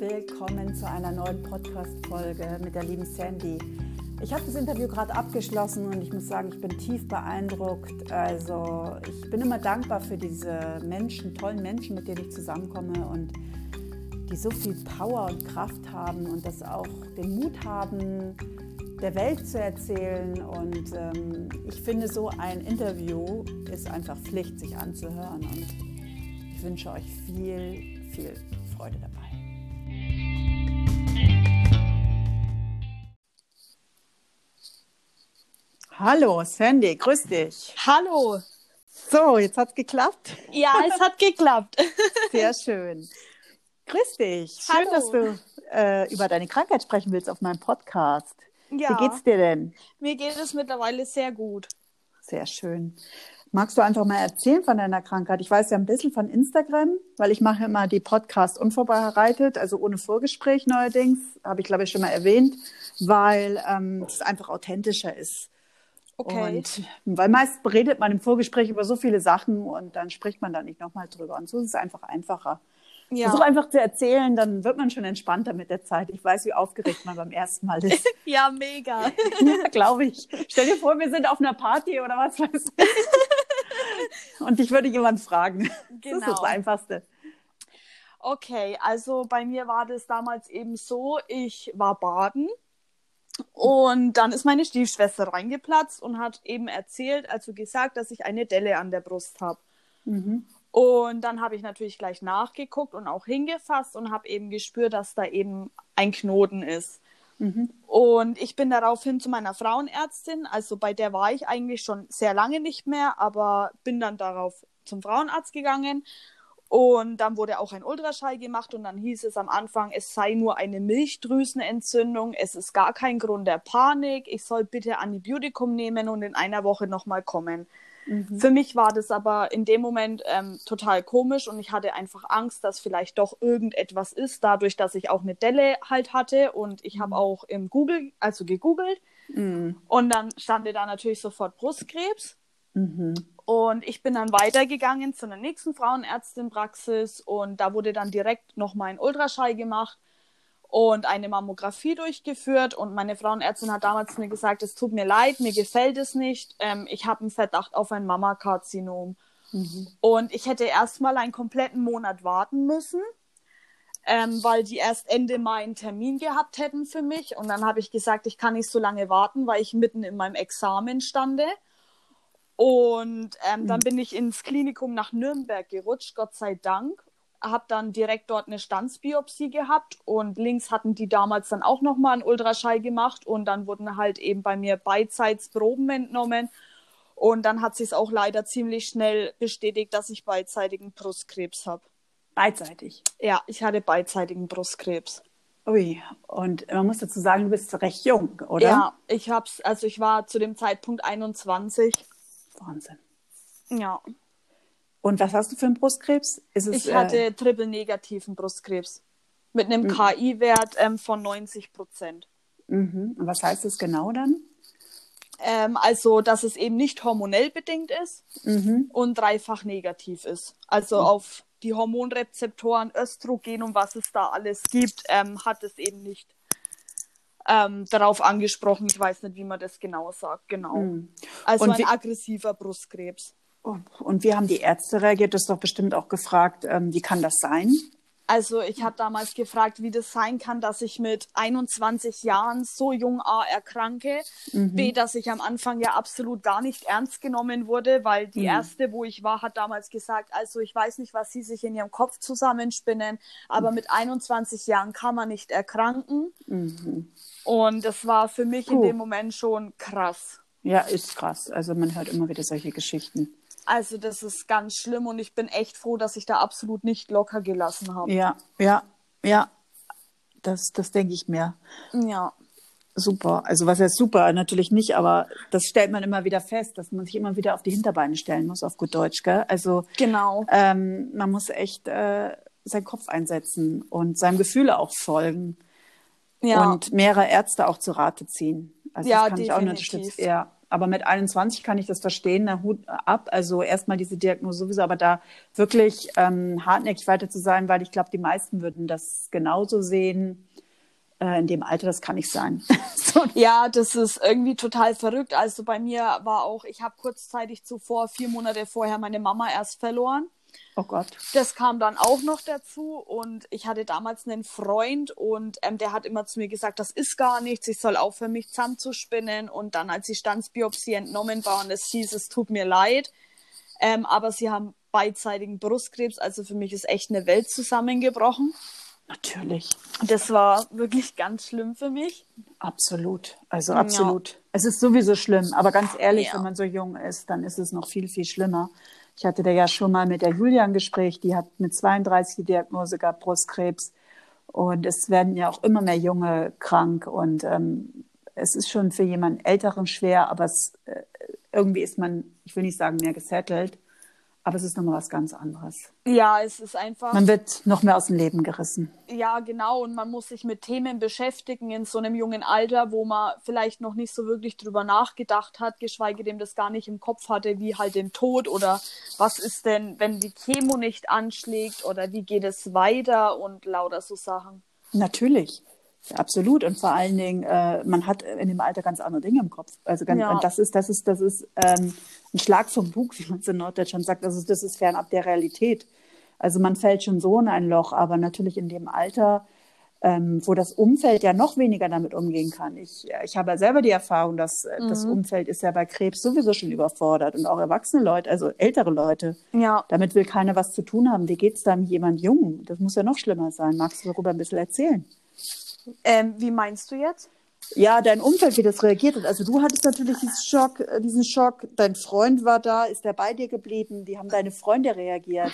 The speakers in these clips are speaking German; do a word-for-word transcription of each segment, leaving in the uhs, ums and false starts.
willkommen zu einer neuen Podcast-Folge mit der lieben Sandy. Ich habe das Interview gerade abgeschlossen und ich muss sagen, ich bin tief beeindruckt. Also ich bin immer dankbar für diese Menschen, tollen Menschen, mit denen ich zusammenkomme und die so viel Power und Kraft haben und das auch den Mut haben, der Welt zu erzählen. Und ähm, ich finde, so ein Interview ist einfach Pflicht, sich anzuhören. Und ich wünsche euch viel, viel Freude dabei. Hallo Sandy, grüß dich. Hallo. So, jetzt hat's geklappt. Ja, es hat geklappt. Sehr schön. Grüß dich. Schön, Hallo. dass du äh, über deine Krankheit sprechen willst auf meinem Podcast. Ja. Wie geht's dir denn? Mir geht es mittlerweile sehr gut. Sehr schön. Magst du einfach mal erzählen von deiner Krankheit? Ich weiß ja ein bisschen von Instagram, weil ich mache immer die Podcasts unvorbereitet, also ohne Vorgespräch neuerdings, habe ich glaube ich schon mal erwähnt, weil ähm, es einfach authentischer ist. Okay. Und weil meist redet man im Vorgespräch über so viele Sachen und dann spricht man da nicht nochmal drüber. Und so ist es einfach einfacher. Ja. Versuch einfach zu erzählen, dann wird man schon entspannter mit der Zeit. Ich weiß, wie aufgeregt man beim ersten Mal ist. Ja, mega. Ja, glaube ich. Stell dir vor, wir sind auf einer Party oder was weiß ich. Und ich würde jemanden fragen. Genau. Das ist das Einfachste. Okay, also bei mir war das damals eben so, ich war baden und dann ist meine Stiefschwester reingeplatzt und hat eben erzählt, also gesagt, dass ich eine Delle an der Brust habe. Mhm. Und dann habe ich natürlich gleich nachgeguckt und auch hingefasst und habe eben gespürt, dass da eben ein Knoten ist. Mhm. Und ich bin daraufhin zu meiner Frauenärztin, also bei der war ich eigentlich schon sehr lange nicht mehr, aber bin dann darauf zum Frauenarzt gegangen und dann wurde auch ein Ultraschall gemacht und dann hieß es am Anfang, es sei nur eine Milchdrüsenentzündung, es ist gar kein Grund der Panik, ich soll bitte Antibiotikum nehmen und in einer Woche nochmal kommen. Mhm. Für mich war das aber in dem Moment ähm, total komisch und ich hatte einfach Angst, dass vielleicht doch irgendetwas ist, dadurch, dass ich auch eine Delle halt hatte und ich mhm. habe auch im Google, also gegoogelt mhm. und dann stand da natürlich sofort Brustkrebs mhm. und ich bin dann weitergegangen zu einer nächsten Frauenärztin-Praxis und da wurde dann direkt nochmal ein Ultraschall gemacht und eine Mammographie durchgeführt und meine Frauenärztin hat damals mir gesagt, es tut mir leid, mir gefällt es nicht, ähm, ich habe einen Verdacht auf ein Mammakarzinom. Mhm. Und ich hätte erstmal einen kompletten Monat warten müssen, ähm, weil die erst Ende Mai einen Termin gehabt hätten für mich und dann habe ich gesagt, ich kann nicht so lange warten, weil ich mitten in meinem Examen stande. Und ähm, mhm. dann bin ich ins Klinikum nach Nürnberg gerutscht, Gott sei Dank. Habe dann direkt dort eine Standsbiopsie gehabt und links hatten die damals dann auch nochmal einen Ultraschall gemacht und dann wurden halt eben bei mir beidseits Proben entnommen und dann hat sich es auch leider ziemlich schnell bestätigt, dass ich beidseitigen Brustkrebs habe. Beidseitig? Ja, ich hatte beidseitigen Brustkrebs. Ui, und man muss dazu sagen, du bist recht jung, oder? Ja, ich hab's, also ich war zu dem Zeitpunkt einundzwanzig. Wahnsinn. Ja. Und was hast du für einen Brustkrebs? Ist es, ich hatte äh... triple-negativen Brustkrebs mit einem mhm. K I-Wert ähm, von neunzig Prozent. Mhm. Und was heißt das genau dann? Ähm, also, dass es eben nicht hormonell bedingt ist mhm. und dreifach negativ ist. Also mhm. auf die Hormonrezeptoren, Östrogen und was es da alles gibt, ähm, hat es eben nicht ähm, darauf angesprochen. Ich weiß nicht, wie man das genau sagt. Genau. Mhm. Also und ein wie... aggressiver Brustkrebs. Und wie haben die Ärzte reagiert? Du hast doch bestimmt auch gefragt, ähm, wie kann das sein? Also ich habe damals gefragt, wie das sein kann, dass ich mit einundzwanzig Jahren so jung A erkranke, mhm. B, dass ich am Anfang ja absolut gar nicht ernst genommen wurde, weil die mhm. Erste, wo ich war, hat damals gesagt, also ich weiß nicht, was sie sich in ihrem Kopf zusammenspinnen, aber mhm. mit einundzwanzig Jahren kann man nicht erkranken. Mhm. Und das war für mich Puh. in dem Moment schon krass. Ja, ist krass. Also man hört immer wieder solche Geschichten. Also das ist ganz schlimm und ich bin echt froh, dass ich da absolut nicht locker gelassen habe. Ja, ja, ja, das, das denke ich mir. Ja. Super, also was heißt super? Natürlich nicht, aber das stellt man immer wieder fest, dass man sich immer wieder auf die Hinterbeine stellen muss, auf gut Deutsch, gell? Also genau. ähm, man muss echt äh, seinen Kopf einsetzen und seinem Gefühle auch folgen. Ja. Und mehrere Ärzte auch zu Rate ziehen. Also ja, das kann definitiv. ich auch nur unterstützen. Ja. aber mit einundzwanzig kann ich das verstehen, na, Hut ab. Also erstmal diese Diagnose sowieso, aber da wirklich ähm, hartnäckig weiter zu sein, weil ich glaube, die meisten würden das genauso sehen. Äh, in dem Alter, das kann nicht sein. So. Ja, das ist irgendwie total verrückt. Also bei mir war auch, ich habe kurzzeitig zuvor, vier Monate vorher, meine Mama erst verloren. Oh Gott. Das kam dann auch noch dazu und ich hatte damals einen Freund und ähm, der hat immer zu mir gesagt, das ist gar nichts, ich soll aufhören, mich zusammenzuspinnen. Und dann, als die Stanzbiopsie entnommen war und es hieß, es tut mir leid, ähm, aber sie haben beidseitigen Brustkrebs, also für mich ist echt eine Welt zusammengebrochen. Natürlich. Das war wirklich ganz schlimm für mich. Absolut, also absolut. Ja. Es ist sowieso schlimm, aber ganz ehrlich, ja. wenn man so jung ist, dann ist es noch viel, viel schlimmer. Ich hatte da ja schon mal mit der Julia ein Gespräch, die hat mit zweiunddreißig die Diagnose gehabt, Brustkrebs. Und es werden ja auch immer mehr Junge krank. Und ähm, es ist schon für jemanden Älteren schwer, aber es, äh, irgendwie ist man, ich will nicht sagen mehr gesettelt, aber es ist nochmal was ganz anderes. Ja, es ist einfach... Man wird noch mehr aus dem Leben gerissen. Ja, genau. Und man muss sich mit Themen beschäftigen in so einem jungen Alter, wo man vielleicht noch nicht so wirklich drüber nachgedacht hat, geschweige denn das gar nicht im Kopf hatte, wie halt den Tod oder was ist denn, wenn die Chemo nicht anschlägt oder wie geht es weiter und lauter so Sachen. Natürlich. Ja, absolut. Und vor allen Dingen, äh, man hat in dem Alter ganz andere Dinge im Kopf. Also ganz, Ja. und das ist, das ist, das ist ähm, ein Schlag vom Bug, wie man es in Norddeutschland sagt. Also das ist fernab der Realität. Also man fällt schon so in ein Loch, aber natürlich in dem Alter, ähm, wo das Umfeld ja noch weniger damit umgehen kann. Ich, ich habe ja selber die Erfahrung, dass äh, mhm. das Umfeld ist ja bei Krebs sowieso schon überfordert und auch erwachsene Leute, also ältere Leute. Ja. Damit will keiner was zu tun haben. Wie geht es dann jemand Jungen? Das muss ja noch schlimmer sein. Magst du darüber ein bisschen erzählen? Ähm, wie meinst du jetzt? Ja, dein Umfeld, wie das reagiert hat. Also du hattest natürlich diesen Schock, äh, diesen Schock. Dein Freund war da, ist der bei dir geblieben? Wie haben deine Freunde reagiert?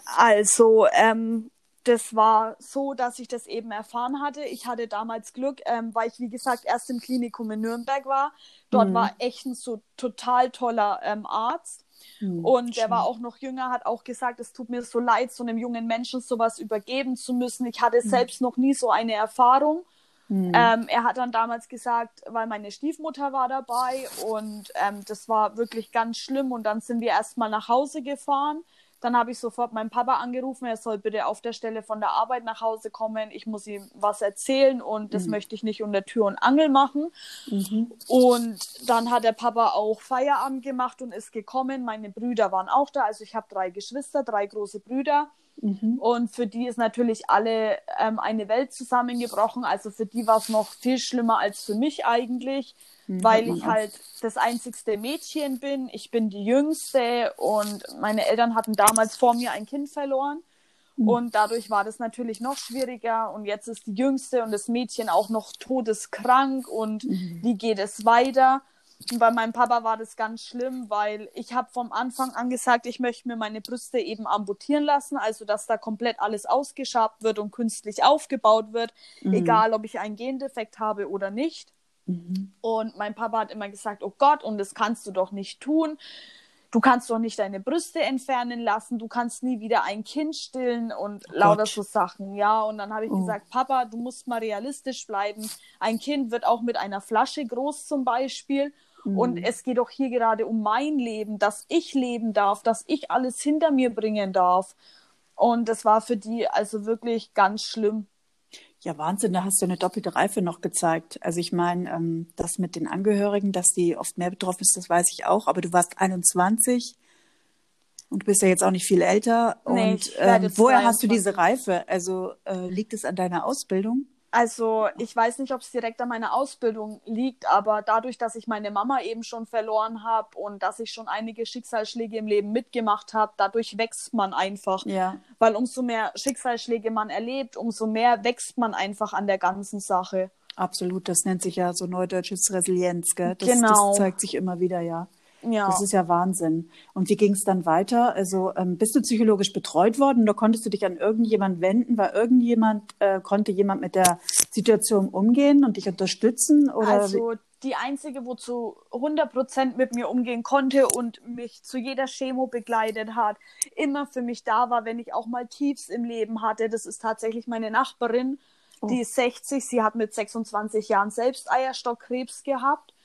Also, ähm, das war so, dass ich das eben erfahren hatte. Ich hatte damals Glück, ähm, weil ich, wie gesagt, erst im Klinikum in Nürnberg war. Dort mhm. war echt ein so total toller ähm, Arzt. Mhm, und der schön. War auch noch jünger, hat auch gesagt, es tut mir so leid, so einem jungen Menschen sowas übergeben zu müssen. Ich hatte mhm. selbst noch nie so eine Erfahrung. Mhm. Ähm, er hat dann damals gesagt, weil meine Stiefmutter war dabei und ähm, das war wirklich ganz schlimm. Und dann sind wir erstmal nach Hause gefahren. Dann habe ich sofort meinen Papa angerufen, er soll bitte auf der Stelle von der Arbeit nach Hause kommen. Ich muss ihm was erzählen und das mhm. möchte ich nicht unter Tür und Angel machen. Mhm. Und dann hat der Papa auch Feierabend gemacht und ist gekommen. Meine Brüder waren auch da. Also ich habe drei Geschwister, drei große Brüder. Mhm. Und für die ist natürlich alle ähm, eine Welt zusammengebrochen. Also für die war es noch viel schlimmer als für mich eigentlich. Mhm, weil ich halt das einzigste Mädchen bin. Ich bin die Jüngste und meine Eltern hatten damals vor mir ein Kind verloren. Mhm. Und dadurch war das natürlich noch schwieriger. Und jetzt ist die Jüngste und das Mädchen auch noch todeskrank. Und mhm. wie geht es weiter? Und bei meinem Papa war das ganz schlimm, weil ich habe vom Anfang an gesagt, ich möchte mir meine Brüste eben amputieren lassen. Also dass da komplett alles ausgeschabt wird und künstlich aufgebaut wird. Mhm. Egal, ob ich einen Gendefekt habe oder nicht. Mhm. Und mein Papa hat immer gesagt, oh Gott, und das kannst du doch nicht tun. Du kannst doch nicht deine Brüste entfernen lassen. Du kannst nie wieder ein Kind stillen und oh lauter so Sachen. Ja, und dann habe ich oh. gesagt, Papa, du musst mal realistisch bleiben. Ein Kind wird auch mit einer Flasche groß zum Beispiel. Mhm. Und es geht doch hier gerade um mein Leben, dass ich leben darf, dass ich alles hinter mir bringen darf. Und das war für die also wirklich ganz schlimm. Ja, Wahnsinn, da hast du eine doppelte Reife noch gezeigt. Also ich meine, ähm, das mit den Angehörigen, dass die oft mehr betroffen ist, das weiß ich auch. Aber du warst einundzwanzig und du bist ja jetzt auch nicht viel älter. Nee, und ähm, woher hast du diese Reife? Also äh, liegt es an deiner Ausbildung? Also ich weiß nicht, ob es direkt an meiner Ausbildung liegt, aber dadurch, dass ich meine Mama eben schon verloren habe und dass ich schon einige Schicksalsschläge im Leben mitgemacht habe, dadurch wächst man einfach. Ja. Weil umso mehr Schicksalsschläge man erlebt, umso mehr wächst man einfach an der ganzen Sache. Absolut, das nennt sich ja so neudeutsches Resilienz, gell? Das, genau. Das zeigt sich immer wieder, ja. Ja. Das ist ja Wahnsinn. Und wie ging es dann weiter? Also ähm, bist du psychologisch betreut worden oder konntest du dich an irgendjemand wenden? War irgendjemand, äh, konnte jemand mit der Situation umgehen und dich unterstützen? Oder also die Einzige, wo zu hundert Prozent mit mir umgehen konnte und mich zu jeder Chemo begleitet hat, immer für mich da war, wenn ich auch mal Tiefs im Leben hatte, das ist tatsächlich meine Nachbarin, oh. die ist sechzig, sie hat mit sechsundzwanzig Jahren selbst Eierstockkrebs gehabt.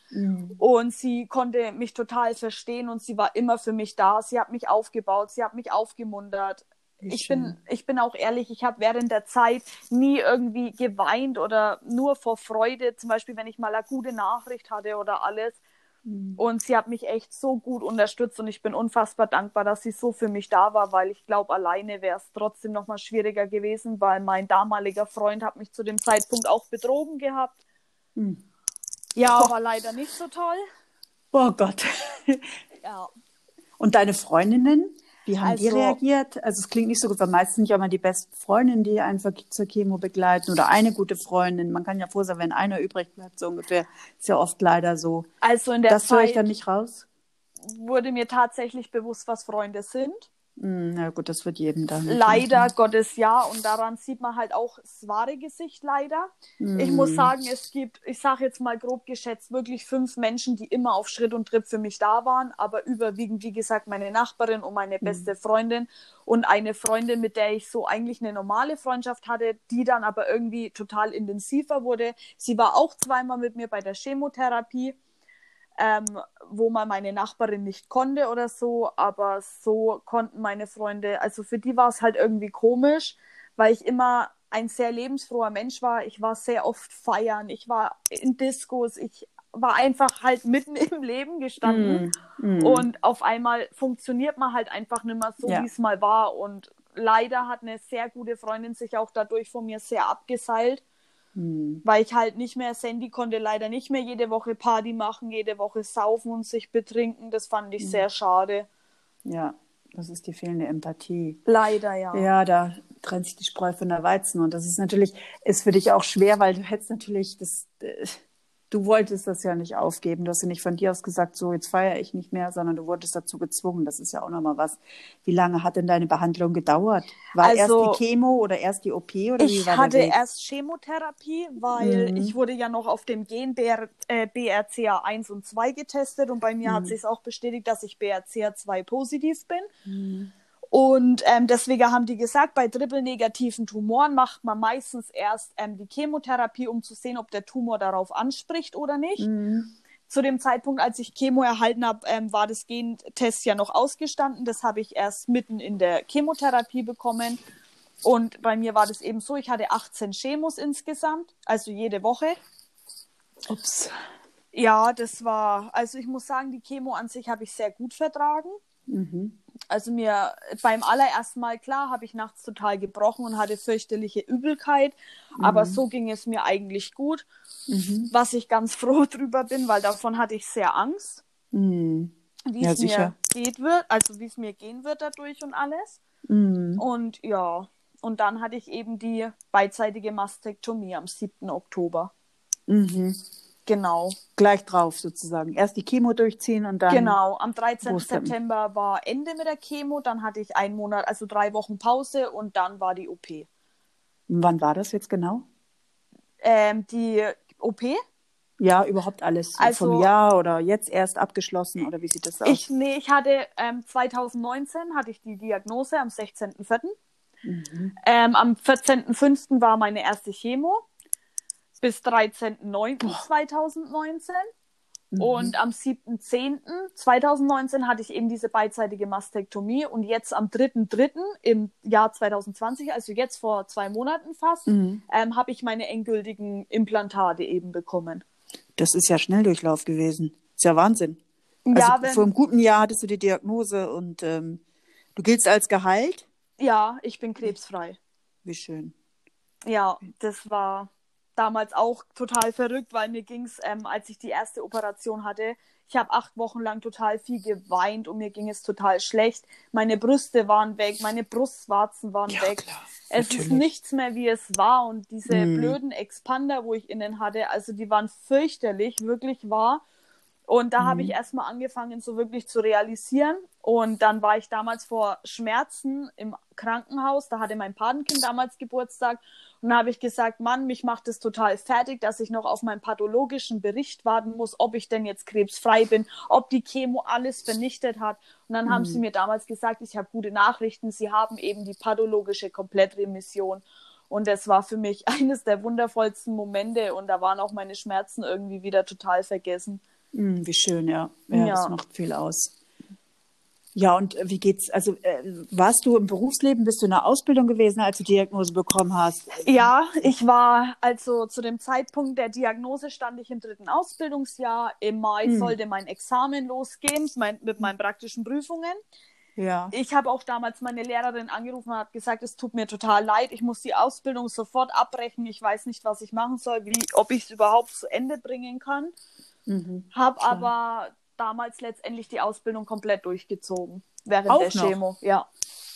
Mhm. Und sie konnte mich total verstehen und sie war immer für mich da. Sie hat mich aufgebaut, sie hat mich aufgemuntert. Wie Ich schön. bin, ich bin auch ehrlich, ich habe während der Zeit nie irgendwie geweint oder nur vor Freude, zum Beispiel, wenn ich mal eine gute Nachricht hatte oder alles. Mhm. Und sie hat mich echt so gut unterstützt und ich bin unfassbar dankbar, dass sie so für mich da war, weil ich glaube, alleine wäre es trotzdem noch mal schwieriger gewesen, weil mein damaliger Freund hat mich zu dem Zeitpunkt auch betrogen gehabt. Mhm. Ja, Oh. war leider nicht so toll. Oh Gott. Ja. Und deine Freundinnen, wie haben die Also- reagiert? Also es klingt nicht so gut, weil meistens sind ja immer die besten Freundinnen, die einfach zur Chemo begleiten oder eine gute Freundin. Man kann ja froh sein, wenn einer übrig bleibt, so ungefähr. Ist ja oft leider so. Also in der Das höre ich Zeit dann nicht raus. wurde mir tatsächlich bewusst, was Freunde sind. Hm, na gut, das wird jedem dann. Leider Gottes ja, und daran sieht man halt auch das wahre Gesicht leider. Hm. Ich muss sagen, es gibt, ich sage jetzt mal grob geschätzt, wirklich fünf Menschen, die immer auf Schritt und Tritt für mich da waren, aber überwiegend, wie gesagt, meine Nachbarin und meine beste Freundin und eine Freundin, mit der ich so eigentlich eine normale Freundschaft hatte, die dann aber irgendwie total intensiver wurde. Sie war auch zweimal mit mir bei der Chemotherapie. Ähm, wo mal meine Nachbarin nicht konnte oder so, aber so konnten meine Freunde, also für die war es halt irgendwie komisch, weil ich immer ein sehr lebensfroher Mensch war. Ich war sehr oft feiern, ich war in Diskos, ich war einfach halt mitten im Leben gestanden Mm, mm. und auf einmal funktioniert man halt einfach nicht mehr so, Ja. wie es mal war, und leider hat eine sehr gute Freundin sich auch dadurch von mir sehr abgeseilt. Hm. Weil ich halt nicht mehr, Sandy konnte leider nicht mehr jede Woche Party machen, jede Woche saufen und sich betrinken. Das fand ich sehr schade. Ja, das ist die fehlende Empathie. Leider, ja. Ja, da trennt sich die Spreu von der Weizen. Und das ist natürlich, ist für dich auch schwer, weil du hättest natürlich das, äh, du wolltest das ja nicht aufgeben. Du hast ja nicht von dir aus gesagt, so jetzt feiere ich nicht mehr, sondern du wurdest dazu gezwungen. Das ist ja auch nochmal was. Wie lange hat denn deine Behandlung gedauert? War Also, erst die Chemo oder erst die O P oder wie Ich war hatte der Weg? erst Chemotherapie, weil Mhm. ich wurde ja noch auf dem Gen B R, äh, B R C A eins und zwei getestet und bei mir hat sich auch bestätigt, dass ich B R C A zwei positiv bin. Mhm. Und ähm, deswegen haben die gesagt, bei triple-negativen Tumoren macht man meistens erst ähm, die Chemotherapie, um zu sehen, ob der Tumor darauf anspricht oder nicht. Mhm. Zu dem Zeitpunkt, als ich Chemo erhalten habe, ähm, war das Gentest ja noch ausgestanden. Das habe ich erst mitten in der Chemotherapie bekommen. Und bei mir war das eben so, ich hatte achtzehn Chemos insgesamt, also jede Woche. Ups. Ja, das war, also ich muss sagen, die Chemo an sich habe ich sehr gut vertragen. Mhm. Also mir beim allerersten Mal, klar, habe ich nachts total gebrochen und hatte fürchterliche Übelkeit, aber so ging es mir eigentlich gut, Mhm. was ich ganz froh drüber bin, weil davon hatte ich sehr Angst, Mhm. wie Ja, es mir sicher. geht wird, also wie es mir gehen wird dadurch und alles. Mhm. Und ja, und dann hatte ich eben die beidseitige Mastektomie am siebten Oktober. Mhm. Genau. Gleich drauf sozusagen. Erst die Chemo durchziehen und dann. Genau, am dreizehnten Boostern. September war Ende mit der Chemo, dann hatte ich einen Monat, also drei Wochen Pause und dann war die O P. Wann war das jetzt genau? Ähm, die O P? Ja, überhaupt alles. Also- Vom Jahr oder jetzt erst abgeschlossen oder wie sieht das aus? Ich, nee, ich hatte ähm, zwanzig neunzehn hatte ich die Diagnose am sechzehnten vierten Ähm, am vierzehnten fünften war meine erste Chemo bis dreizehnten neunten zweitausendneunzehn. Und am siebten zehnten zweitausendneunzehn hatte ich eben diese beidseitige Mastektomie und jetzt am dritten dritten im Jahr zwanzig zwanzig, also jetzt vor zwei Monaten fast, Mhm. ähm, habe ich meine endgültigen Implantate eben bekommen. Das ist ja Schnelldurchlauf gewesen. Ist ja Wahnsinn. Ja, Also wenn- vor einem guten Jahr hattest du die Diagnose und ähm, du giltst als geheilt. Ja, ich bin krebsfrei. Wie schön. Ja, das war damals auch total verrückt, weil mir ging es, ähm, als ich die erste Operation hatte, ich habe acht Wochen lang total viel geweint und mir ging es total schlecht. Meine Brüste waren weg, meine Brustwarzen waren Ja, weg. klar, Es natürlich. ist nichts mehr, wie es war. Und diese blöden Expander, wo ich innen hatte, also die waren fürchterlich, wirklich wahr. Und da habe ich erstmal angefangen, so wirklich zu realisieren. Und dann war ich damals vor Schmerzen im Krankenhaus. Da hatte mein Patenkind damals Geburtstag. Und da habe ich gesagt, Mann, mich macht es total fertig, dass ich noch auf meinen pathologischen Bericht warten muss, ob ich denn jetzt krebsfrei bin, ob die Chemo alles vernichtet hat. Und dann haben sie mir damals gesagt, ich habe gute Nachrichten. Sie haben eben die pathologische Komplettremission. Und das war für mich eines der wundervollsten Momente. Und da waren auch meine Schmerzen irgendwie wieder total vergessen. Mm, wie schön, ja. Ja, das Ja. macht viel aus. Ja, und äh, wie geht's? Also, äh, warst du im Berufsleben, bist du in der Ausbildung gewesen, als du die Diagnose bekommen hast? Ja, ich war also zu dem Zeitpunkt der Diagnose stand ich im dritten Ausbildungsjahr. Im Mai Mm, sollte mein Examen losgehen mein, mit meinen praktischen Prüfungen. ja. Ich habe auch damals meine Lehrerin angerufen und habe gesagt, es tut mir total leid, ich muss die Ausbildung sofort abbrechen. Ich weiß nicht, was ich machen soll, wie, ob ich es überhaupt zu Ende bringen kann. Mhm, Habe klar. aber damals letztendlich die Ausbildung komplett durchgezogen während Auch der noch? Chemo. Ja,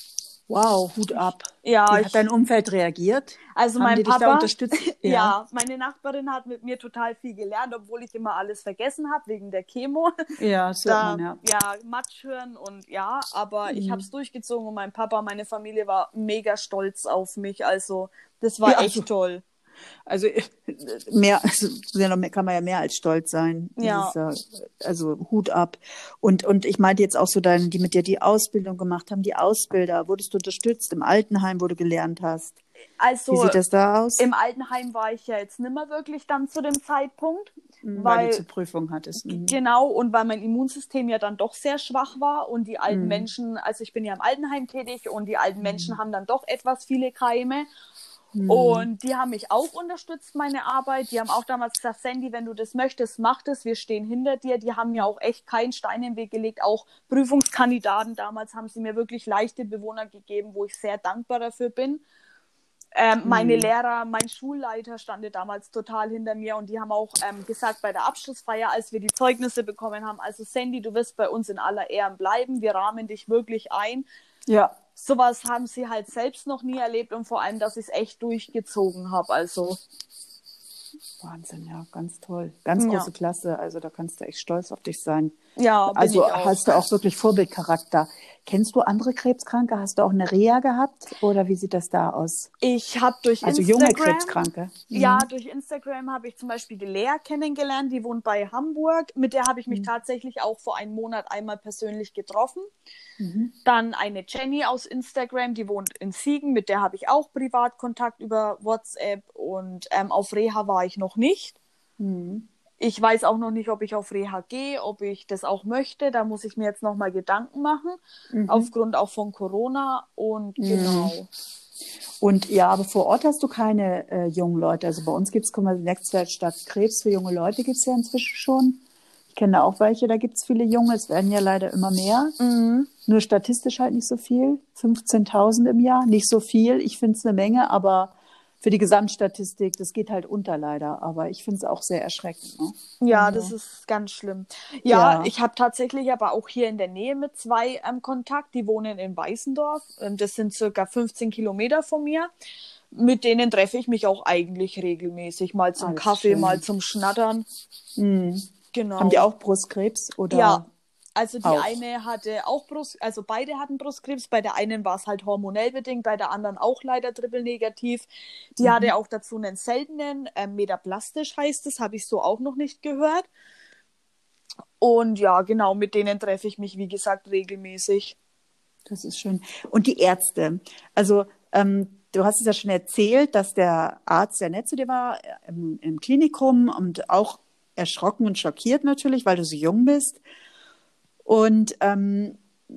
Wow, Hut ab. ja, Wie hat dein ich Umfeld reagiert? Also Haben mein die dich da Papa, unterstützt? Ja. ja, meine Nachbarin hat mit mir total viel gelernt, obwohl ich immer alles vergessen habe wegen der Chemo. Ja, das hört man, Da, ja. ja, Matsch hören und ja, aber ich habe es Mhm. durchgezogen und mein Papa, meine Familie war mega stolz auf mich. Also das war Ja, also, echt toll. also äh, mehr, also ja, noch mehr- kann man ja mehr als stolz sein. Das Ja, ist ja, also Hut ab. Und, und ich meinte jetzt auch so deine, die mit dir die Ausbildung gemacht haben, die Ausbilder, wurdest du unterstützt im Altenheim, wo du gelernt hast? Wie also sieht das da aus? im Altenheim war ich ja jetzt nimmer wirklich dann zu dem Zeitpunkt, Mhm, weil du weil zur Prüfung hattest. G- Mhm. Genau, und weil mein Immunsystem ja dann doch sehr schwach war und die alten Mhm. Menschen, also ich bin ja im Altenheim tätig und die alten Menschen Mhm. haben dann doch etwas viele Keime Mhm. und die haben mich auch unterstützt, meine Arbeit. Die haben auch damals gesagt, Sandy, wenn du das möchtest, mach das, wir stehen hinter dir. Die haben mir auch echt keinen Stein im Weg gelegt, auch Prüfungskandidaten damals haben sie mir wirklich leichte Bewohner gegeben, wo ich sehr dankbar dafür bin. Ähm, meine Mhm. Lehrer, mein Schulleiter stand damals total hinter mir und die haben auch ähm, gesagt bei der Abschlussfeier, als wir die Zeugnisse bekommen haben, also Sandy, du wirst bei uns in aller Ehren bleiben, wir rahmen dich wirklich ein. Ja, Sowas haben sie halt selbst noch nie erlebt und vor allem, dass ich es echt durchgezogen habe. Also Wahnsinn, ja, ganz toll. Ganz ja, große Klasse. Also da kannst du echt stolz auf dich sein. ja, bin Also ich auch. hast du auch wirklich Vorbildcharakter. Kennst du andere Krebskranke? Hast du auch eine Reha gehabt? Oder wie sieht das da aus? Ich habe durch Also junge Instagram, Krebskranke. ja, Mhm. durch Instagram habe ich zum Beispiel die Lea kennengelernt, die wohnt bei Hamburg. Mit der habe ich mich Mhm. tatsächlich auch vor einem Monat einmal persönlich getroffen. Mhm. Dann eine Jenny aus Instagram, die wohnt in Siegen, mit der habe ich auch Privatkontakt über WhatsApp und ähm, auf Reha war ich noch nicht. Mhm. Ich weiß auch noch nicht, ob ich auf Reha gehe, ob ich das auch möchte. Da muss ich mir jetzt nochmal Gedanken machen, Mhm. aufgrund auch von Corona und Mhm. genau. Und ja, aber vor Ort hast du keine äh, jungen Leute. Also bei uns gibt es, guck mal, Netzwerk statt Krebs für junge Leute gibt es ja inzwischen schon. Ich kenne da auch welche, da gibt es viele Junge. Es werden ja leider immer mehr. Mhm. Nur statistisch halt nicht so viel. fünfzehntausend im Jahr, nicht so viel. Ich finde es eine Menge, aber für die Gesamtstatistik, das geht halt unter leider. Aber ich finde es auch sehr erschreckend. Ne? Ja, Also, das ist ganz schlimm. Ja, ja. ich habe tatsächlich aber auch hier in der Nähe mit zwei ähm, Kontakt. Die wohnen in Weißendorf. Ähm, das sind circa fünfzehn Kilometer von mir. Mit denen treffe ich mich auch eigentlich regelmäßig. Mal zum Alles Kaffee, schön. mal zum Schnattern. Mhm. Genau. Haben die auch Brustkrebs oder? Ja, also die auch? eine hatte auch Brust, also beide hatten Brustkrebs. Bei der einen war es halt hormonell bedingt, bei der anderen auch leider triple-negativ. Die Mhm. hatte auch dazu einen seltenen, äh, metaplastisch heißt es, habe ich so auch noch nicht gehört. Und ja, genau, mit denen treffe ich mich, wie gesagt, regelmäßig. Das ist schön. Und die Ärzte. Also ähm, du hast es ja schon erzählt, dass der Arzt sehr nett zu dir war äh, im, im Klinikum und auch erschrocken und schockiert natürlich, weil du so jung bist. Und ähm,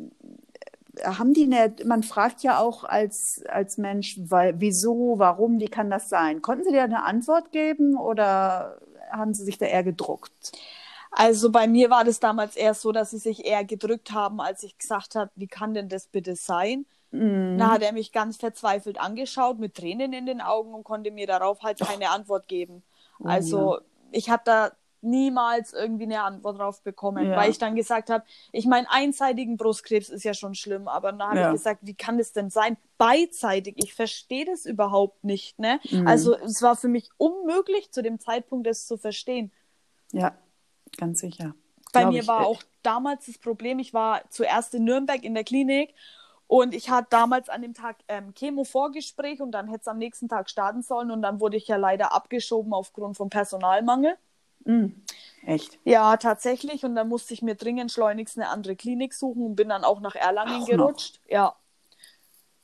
haben die eine, man fragt ja auch als, als Mensch, weil, wieso, warum, wie kann das sein? Konnten sie dir eine Antwort geben oder haben sie sich da eher gedruckt? Also bei mir war das damals eher so, dass sie sich eher gedrückt haben, als ich gesagt habe, wie kann denn das bitte sein? Mhm. Da hat er mich ganz verzweifelt angeschaut, mit Tränen in den Augen und konnte mir darauf halt keine Antwort geben. Oh, Also ja. ich habe da niemals irgendwie eine Antwort drauf bekommen, Ja. weil ich dann gesagt habe, ich meine, einseitigen Brustkrebs ist ja schon schlimm, aber dann habe Ja. ich gesagt, wie kann das denn sein? Beidseitig, ich verstehe das überhaupt nicht, ne? Mhm. Also es war für mich unmöglich, zu dem Zeitpunkt das zu verstehen. Ja, ganz sicher. Bei Glaub mir ich. war auch damals das Problem, ich war zuerst in Nürnberg in der Klinik und ich hatte damals an dem Tag ähm, Chemo-Vorgespräch und dann hätte es am nächsten Tag starten sollen und dann wurde ich ja leider abgeschoben aufgrund von Personalmangel. Mhm. Echt? Ja, tatsächlich. Und dann musste ich mir dringend schleunigst eine andere Klinik suchen und bin dann auch nach Erlangen Auch gerutscht. Ja,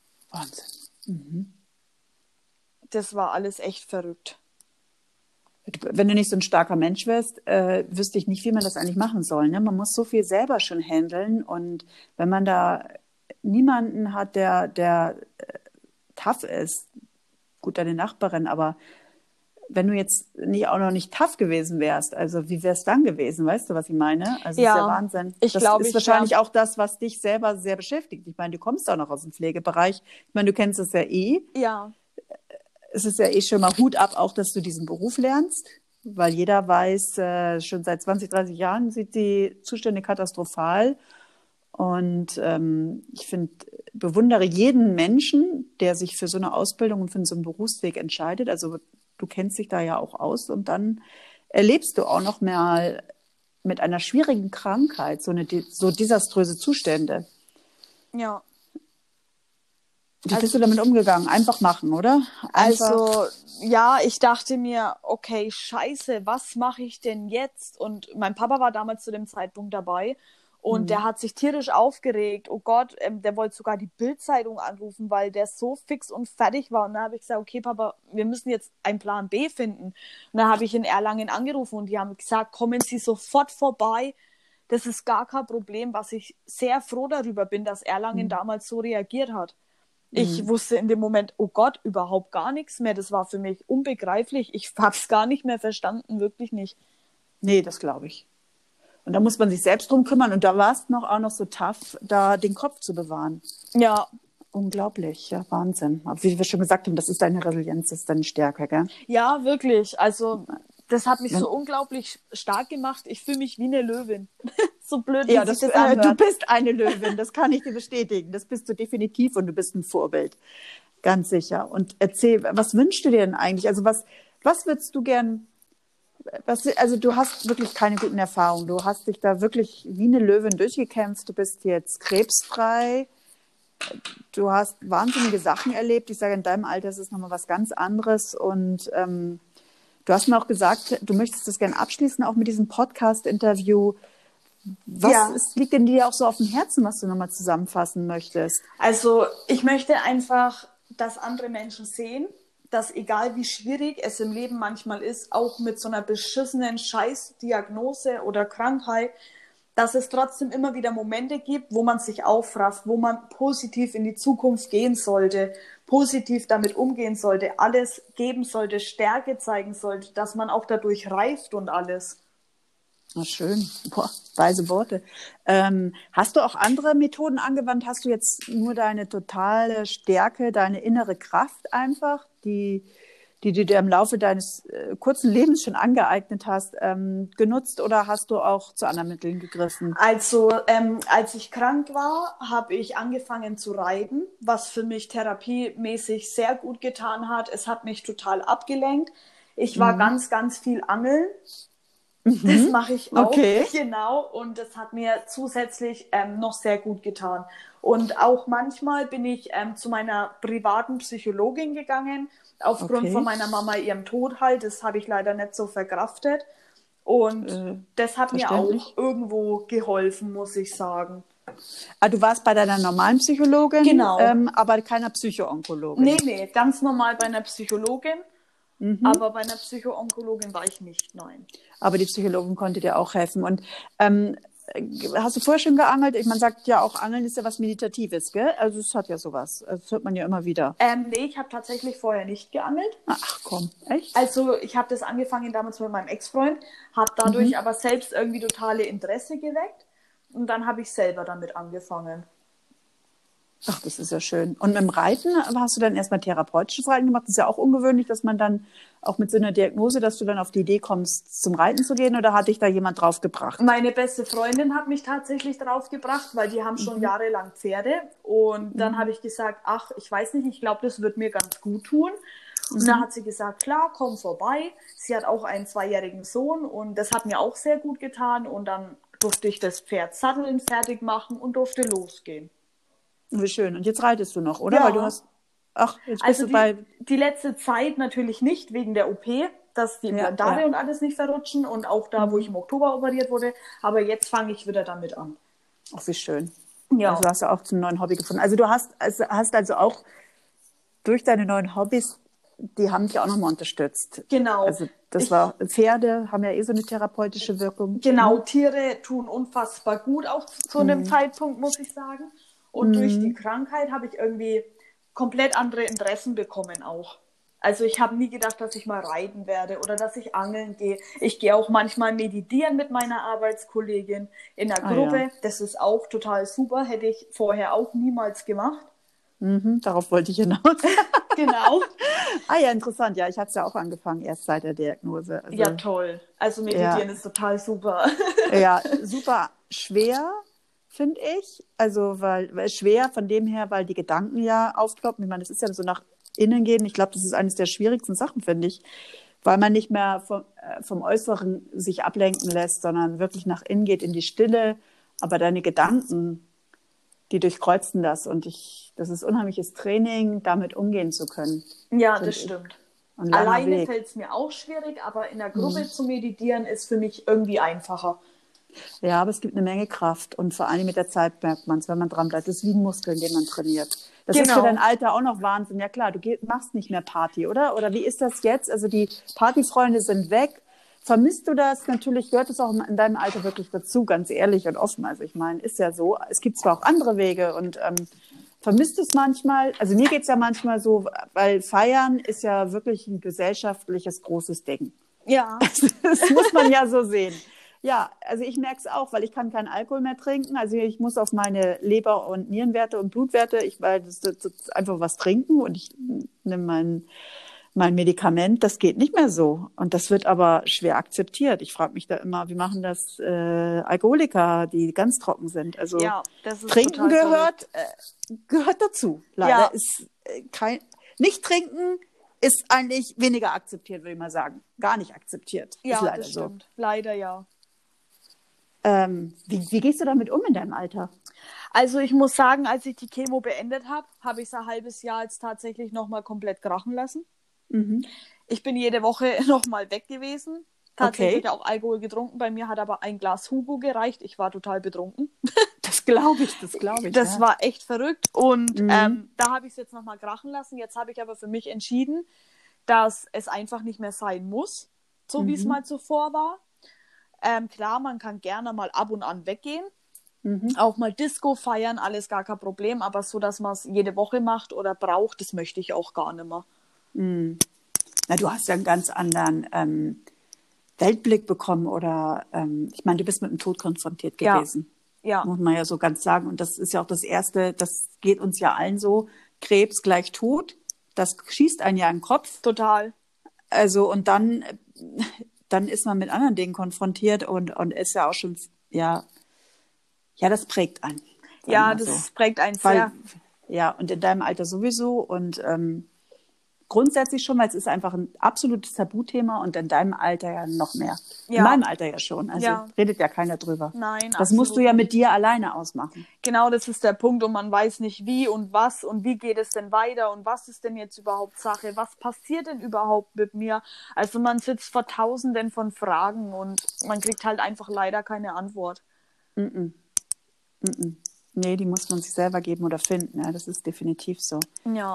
Wahnsinn. Mhm. das war alles echt verrückt. wenn du nicht so ein starker Mensch wärst, äh, wüsste ich nicht, wie man das eigentlich machen soll. Ne? Man muss so viel selber schon handeln. Und wenn man da niemanden hat, der, der äh, tough ist, gut, deine Nachbarin, aber wenn du jetzt nicht auch noch nicht tough gewesen wärst, also wie wär's dann gewesen? Weißt du, was ich meine? Also Ja, das ist ja Wahnsinn. ich Das glaube, ist ich wahrscheinlich wär- auch das, was dich selber sehr beschäftigt. Ich meine, du kommst auch noch aus dem Pflegebereich. Ich meine, du kennst es ja eh. Ja, Es ist ja eh schon mal Hut ab, auch dass du diesen Beruf lernst, weil jeder weiß, äh, schon seit zwanzig, dreißig Jahren sind die Zustände katastrophal. Und ähm, ich finde, bewundere jeden Menschen, der sich für so eine Ausbildung und für so einen Berufsweg entscheidet. Also du kennst dich da ja auch aus und dann erlebst du auch noch mal mit einer schwierigen Krankheit so eine so desaströse Zustände. ja. Wie bist du damit umgegangen? Einfach machen, oder? Einfach, Also, ja, ich dachte mir, okay, scheiße, was mache ich denn jetzt? Und mein Papa war damals zu dem Zeitpunkt dabei und Mhm. der hat sich tierisch aufgeregt. Oh Gott, ähm, der wollte sogar die Bild-Zeitung anrufen, weil der so fix und fertig war. Und dann habe ich gesagt, okay, Papa, wir müssen jetzt einen Plan B finden. Und dann habe ich in Erlangen angerufen und die haben gesagt, kommen Sie sofort vorbei. Das ist gar kein Problem, was ich sehr froh darüber bin, dass Erlangen damals so reagiert hat. Ich wusste in dem Moment, oh Gott, überhaupt gar nichts mehr. Das war für mich unbegreiflich. Ich habe es gar nicht mehr verstanden, wirklich nicht. nee, das glaube ich. Und da muss man sich selbst drum kümmern. Und da warst du noch auch noch so tough, da den Kopf zu bewahren. Ja, Unglaublich, ja, Wahnsinn. Aber wie wir schon gesagt haben, das ist deine Resilienz, das ist deine Stärke, gell? ja, wirklich. Also das hat mich so unglaublich stark gemacht. Ich fühle mich wie eine Löwin. So blöd, wie Ja, sich das, das äh, du anhört. bist eine Löwin, das kann ich dir bestätigen. Das bist du definitiv und du bist ein Vorbild, ganz sicher. Und erzähl, was wünschst du dir denn eigentlich? Also was, was würdest du gern, was, also du hast wirklich keine guten Erfahrungen. Du hast dich da wirklich wie eine Löwin durchgekämpft. Du bist jetzt krebsfrei. Du hast wahnsinnige Sachen erlebt. Ich sage, in deinem Alter ist es nochmal was ganz anderes. Und ähm, du hast mir auch gesagt, du möchtest das gerne abschließen, auch mit diesem Podcast-Interview. Was Ja. ist, liegt denn dir auch so auf dem Herzen, was du nochmal zusammenfassen möchtest? Also ich möchte einfach, dass andere Menschen sehen, dass egal wie schwierig es im Leben manchmal ist, auch mit so einer beschissenen Scheißdiagnose oder Krankheit, dass es trotzdem immer wieder Momente gibt, wo man sich aufrafft, wo man positiv in die Zukunft gehen sollte, positiv damit umgehen sollte, alles geben sollte, Stärke zeigen sollte, dass man auch dadurch reift und alles. Na schön, boah, weise Worte. Ähm, hast du auch andere Methoden angewandt? Hast du jetzt nur deine totale Stärke, deine innere Kraft einfach, die, die du dir im Laufe deines äh, kurzen Lebens schon angeeignet hast, ähm, genutzt oder hast du auch zu anderen Mitteln gegriffen? Also, ähm, als ich krank war, habe ich angefangen zu reiten, was für mich therapiemäßig sehr gut getan hat. Es hat mich total abgelenkt. Ich war Mhm. ganz, ganz viel angeln. Das mache ich auch, Okay. genau. Und das hat mir zusätzlich ähm, noch sehr gut getan. Und auch manchmal bin ich ähm, zu meiner privaten Psychologin gegangen, aufgrund Okay. von meiner Mama ihrem Tod halt. Das habe ich leider nicht so verkraftet. Und Äh, das hat mir verständlich. auch irgendwo geholfen, muss ich sagen. Ah, du warst bei deiner normalen Psychologin, Genau. ähm, aber keiner Psychoonkologin. Nee, nee, ganz normal bei einer Psychologin. Mhm. Aber bei einer Psychoonkologin war ich nicht, nein. Aber die Psychologin konnte dir auch helfen. Und ähm, hast du vorher schon geangelt? Ich, man sagt ja auch, Angeln ist ja was Meditatives, gell? Also es hat ja sowas. Also das hört man ja immer wieder. Ähm, nee, ich habe tatsächlich vorher nicht geangelt. Ach komm, echt? Also ich habe das angefangen damals mit meinem Ex-Freund, habe dadurch aber selbst irgendwie totale Interesse geweckt und dann habe ich selber damit angefangen. Ach, das ist ja schön. Und mit dem Reiten hast du dann erstmal therapeutischen Reiten gemacht? Das ist ja auch ungewöhnlich, dass man dann auch mit so einer Diagnose, dass du dann auf die Idee kommst, zum Reiten zu gehen, oder hat dich da jemand draufgebracht? Meine beste Freundin hat mich tatsächlich draufgebracht, weil die haben schon jahrelang Pferde und dann habe ich gesagt, ach, ich weiß nicht, ich glaube, das wird mir ganz gut tun. Und dann hat sie gesagt, klar, komm vorbei. Sie hat auch einen zweijährigen Sohn und das hat mir auch sehr gut getan und dann durfte ich das Pferd satteln, fertig machen und durfte losgehen. Wie schön. Und jetzt reitest du noch, oder? Ja. Weil du hast, ach, jetzt bist Also du die, bei, die letzte Zeit natürlich nicht wegen der O P, dass die Ja, Implantare ja. und alles nicht verrutschen und auch da, wo ich im Oktober operiert wurde. Aber jetzt fange ich wieder damit an. ach, wie schön. Ja. Also hast du auch zum neuen Hobby gefunden. Also du hast, also hast also auch durch deine neuen Hobbys die haben dich auch nochmal unterstützt. Genau. Also das Ich, war, Pferde haben ja eh so eine therapeutische Wirkung. genau, Tiere tun unfassbar gut, auch zu einem Mhm. Zeitpunkt, muss ich sagen. Und durch die Mhm. Krankheit habe ich irgendwie komplett andere Interessen bekommen auch. Also ich habe nie gedacht, dass ich mal reiten werde oder dass ich angeln gehe. Ich gehe auch manchmal meditieren mit meiner Arbeitskollegin in einer Ah ja, Gruppe. Das ist auch total super, hätte ich vorher auch niemals gemacht. mhm. Darauf wollte ich hinaus. Genau. Ah ja, interessant. Ja, ich hatte es ja auch angefangen, erst seit der Diagnose. Ja, Also toll. Also ja, meditieren ist total super. ja, super schwer, finde ich. Also, weil, weil schwer von dem her, weil die Gedanken ja aufploppen. Ich meine, das ist ja so nach innen gehen. Ich glaube, das ist eines der schwierigsten Sachen, finde ich. Weil man nicht mehr vom, äh, vom Äußeren sich ablenken lässt, sondern wirklich nach innen geht in die Stille. Aber deine Gedanken, die durchkreuzen das. Und ich, das ist unheimliches Training, damit umgehen zu können, Ja, das finde ich. stimmt. Ein langer Alleine Weg. fällt es mir auch schwierig, aber in der Gruppe zu meditieren ist für mich irgendwie einfacher. Ja, aber es gibt eine Menge Kraft und vor allem mit der Zeit merkt man es, wenn man dran bleibt. Das ist wie ein Muskel, den man trainiert. Das ist für dein Genau. Alter auch noch Wahnsinn. Ja klar, du geh, machst nicht mehr Party, oder? Oder wie ist das jetzt? Also die Partyfreunde sind weg. Vermisst du das? Natürlich gehört es auch in deinem Alter wirklich dazu, ganz ehrlich und offen. Also ich meine, ist ja so. Es gibt zwar auch andere Wege und ähm, vermisst du es manchmal? Also mir geht's ja manchmal so, weil Feiern ist ja wirklich ein gesellschaftliches großes Ding. Ja. Das muss man ja so sehen. Ja, also ich merke es auch, weil ich kann keinen Alkohol mehr trinken. Also ich muss auf meine Leber- und Nierenwerte und Blutwerte, ich weil das, das, das ist einfach was trinken und ich nehme mein, mein Medikament. Das geht nicht mehr so. Und das wird aber schwer akzeptiert. Ich frage mich da immer, wie machen das äh, Alkoholiker, die ganz trocken sind? Also Ja, das ist Trinken total gehört, verrückt. äh, gehört dazu. Leider Ja, ist äh, kein, nicht trinken ist eigentlich weniger akzeptiert, würde ich mal sagen. Gar nicht akzeptiert. Ist ja, leider das so. stimmt. Leider ja. Ähm, wie, wie gehst du damit um in deinem Alter? Also ich muss sagen, als ich die Chemo beendet habe, habe ich es ein halbes Jahr jetzt tatsächlich nochmal komplett krachen lassen. Mhm. Ich bin jede Woche nochmal weg gewesen. Tatsächlich Okay, auch Alkohol getrunken. Bei mir hat aber ein Glas Hugo gereicht. Ich war total betrunken. das glaube ich, das glaube ich, Das ja. war echt verrückt. Und Mhm. ähm, da habe ich es jetzt nochmal krachen lassen. Jetzt habe ich aber für mich entschieden, dass es einfach nicht mehr sein muss, so wie es Mhm. mal zuvor war. Ähm, klar, man kann gerne mal ab und an weggehen. Mhm. Auch mal Disco feiern, alles gar kein Problem. Aber so, dass man es jede Woche macht oder braucht, das möchte ich auch gar nicht mehr. Mhm. Na, du hast ja einen ganz anderen ähm, Weltblick bekommen oder ähm, ich meine, du bist mit dem Tod konfrontiert Ja, gewesen, ja, muss man ja so ganz sagen. Und das ist ja auch das Erste, das geht uns ja allen so, Krebs gleich Tod, das schießt einen ja im Kopf. total. Also und dann, äh, dann ist man mit anderen Dingen konfrontiert und, und ist ja auch schon, ja, ja, das prägt einen, sagen wir Ja, mal so. das prägt einen Weil, sehr. ja, und in deinem Alter sowieso und ähm, grundsätzlich schon, weil es ist einfach ein absolutes Tabuthema und in deinem Alter ja noch mehr. In Ja, meinem Alter ja schon. Also ja, redet ja keiner drüber. nein, Das musst du absolut ja nicht. mit dir alleine ausmachen. Genau, das ist der Punkt und man weiß nicht wie und was und wie geht es denn weiter und was ist denn jetzt überhaupt Sache, was passiert denn überhaupt mit mir? Also man sitzt vor Tausenden von Fragen und man kriegt halt einfach leider keine Antwort. Mm-mm. Mm-mm. Nee, die muss man sich selber geben oder finden. Ja, das ist definitiv so. Ja,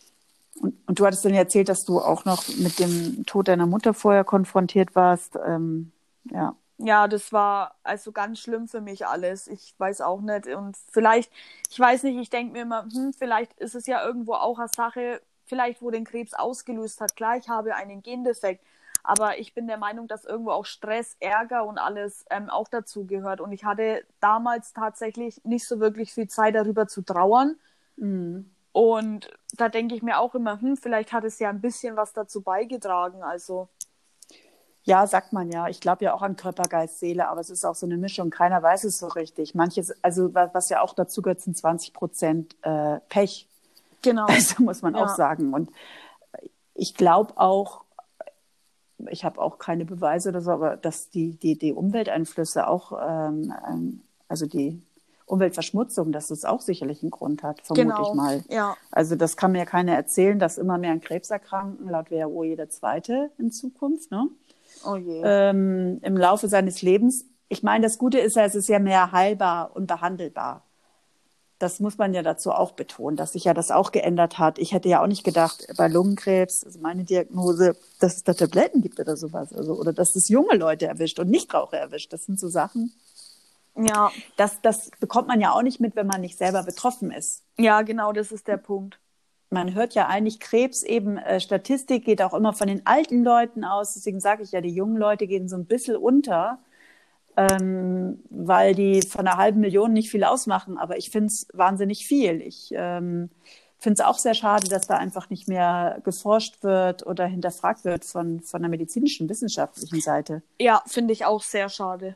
Und, und du hattest dann erzählt, dass du auch noch mit dem Tod deiner Mutter vorher konfrontiert warst. Ähm, ja. ja, das war also ganz schlimm für mich alles. Ich weiß auch nicht und vielleicht, ich weiß nicht, ich denke mir immer, hm, vielleicht ist es ja irgendwo auch eine Sache, vielleicht wo den Krebs ausgelöst hat. Klar, ich habe einen Gendefekt, aber ich bin der Meinung, dass irgendwo auch Stress, Ärger und alles ähm, auch dazu gehört. Und ich hatte damals tatsächlich nicht so wirklich viel Zeit darüber zu trauern. Mhm. Und da denke ich mir auch immer, hm, vielleicht hat es ja ein bisschen was dazu beigetragen. Also, Ja, sagt man ja. Ich glaube ja auch an Körper, Geist, Seele, aber es ist auch so eine Mischung. Keiner weiß es so richtig. Manches, also wa- was ja auch dazu gehört, sind zwanzig Prozent äh, Pech. genau. Also muss man auch Ja, sagen. Und ich glaube auch, ich habe auch keine Beweise oder so, aber dass die, die, die Umwelteinflüsse auch, ähm, ähm, also die Umweltverschmutzung, dass es auch sicherlich einen Grund hat, vermute ich genau. mal. Ja, Also das kann mir ja keiner erzählen, dass immer mehr an Krebs erkranken, laut W H O jeder Zweite in Zukunft, ne? oh je. ähm, im Laufe seines Lebens. Ich meine, das Gute ist ja, es ist ja mehr heilbar und behandelbar. das muss man ja dazu auch betonen, dass sich ja das auch geändert hat. Ich hätte ja auch nicht gedacht, bei Lungenkrebs, also meine Diagnose, dass es da Tabletten gibt oder sowas. Also, oder dass es junge Leute erwischt und Nichtraucher erwischt. Das sind so Sachen. Ja. Das, das bekommt man ja auch nicht mit, wenn man nicht selber betroffen ist. Ja, genau, das ist der Punkt. Man hört ja eigentlich Krebs eben, äh, Statistik geht auch immer von den alten Leuten aus. Deswegen sage ich ja, die jungen Leute gehen so ein bisschen unter. Ähm, weil die von einer halben Million nicht viel ausmachen. Aber ich finde es wahnsinnig viel. Ich ähm, finde es auch sehr schade, dass da einfach nicht mehr geforscht wird oder hinterfragt wird von, von der medizinischen, wissenschaftlichen Seite. Ja, finde ich auch sehr schade.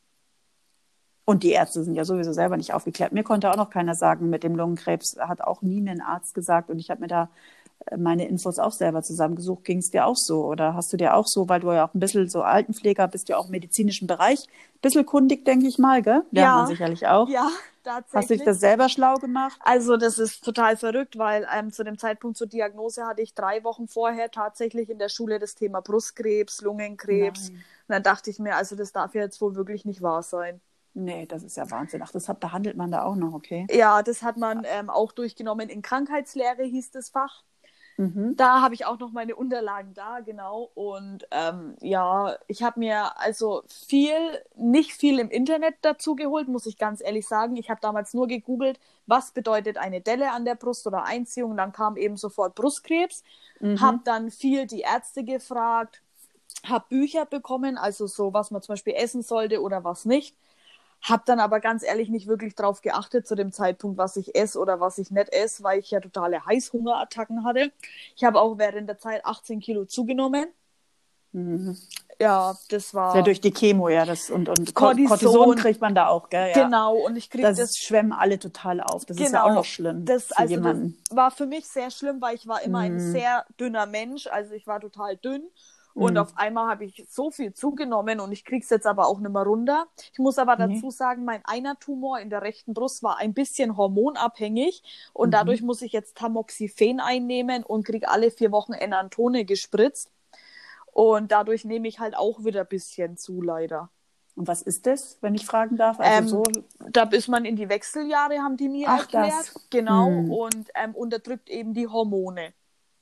Und die Ärzte sind ja sowieso selber nicht aufgeklärt. Mir konnte auch noch keiner sagen, mit dem Lungenkrebs hat auch nie mir ein Arzt gesagt. Und ich habe mir da meine Infos auch selber zusammengesucht. Ging es dir auch so? Oder hast du dir auch so, weil du ja auch ein bisschen so Altenpfleger bist, ja auch im medizinischen Bereich, ein bisschen kundig, denke ich mal, gell? Lernt Ja. man sicherlich auch. Ja, tatsächlich. Hast du dich das selber schlau gemacht? Also das ist total verrückt, weil ähm, zu dem Zeitpunkt zur Diagnose hatte ich drei Wochen vorher tatsächlich in der Schule das Thema Brustkrebs, Lungenkrebs. Nein. Und dann dachte ich mir, also das darf ja jetzt wohl wirklich nicht wahr sein. Nee, das ist ja Wahnsinn. Ach, das hat, behandelt man da auch noch, okay? Ja, das hat man ähm, auch durchgenommen. In Krankheitslehre hieß das Fach. Mhm. Da habe ich auch noch meine Unterlagen da, genau. Und ähm, ja, ich habe mir also viel, nicht viel im Internet dazu geholt, muss ich ganz ehrlich sagen. Ich habe damals nur gegoogelt, was bedeutet eine Delle an der Brust oder Einziehung. Dann kam eben sofort Brustkrebs. Mhm. Habe dann viel die Ärzte gefragt, habe Bücher bekommen, also so, was man zum Beispiel essen sollte oder was nicht. Hab dann aber ganz ehrlich nicht wirklich drauf geachtet zu dem Zeitpunkt, was ich esse oder was ich nicht esse, weil ich ja totale Heißhungerattacken hatte. Ich habe auch während der Zeit achtzehn Kilo zugenommen. Mhm. Ja, das war... Ja, durch die Chemo, ja. Das, und und Cortison. Cortison kriegt man da auch, gell? Ja. Genau, und ich krieg das... das... schwemmen alle total auf. Das genau, ist ja auch noch schlimm das, für also jemanden. Das war für mich sehr schlimm, weil ich war immer Mhm. ein sehr dünner Mensch. Also ich war total dünn. Und Mhm. auf einmal habe ich so viel zugenommen und ich kriege es jetzt aber auch nicht mehr runter. Ich muss aber dazu Nee. sagen, mein einer Tumor in der rechten Brust war ein bisschen hormonabhängig und Mhm. dadurch muss ich jetzt Tamoxifen einnehmen und kriege alle vier Wochen Enantone gespritzt. Und dadurch nehme ich halt auch wieder ein bisschen zu, leider. Und was ist das, wenn ich fragen darf? Also Ähm, so... Da ist man in die Wechseljahre, haben die mir Ach, erklärt. das. Genau, Hm. und ähm, unterdrückt eben die Hormone.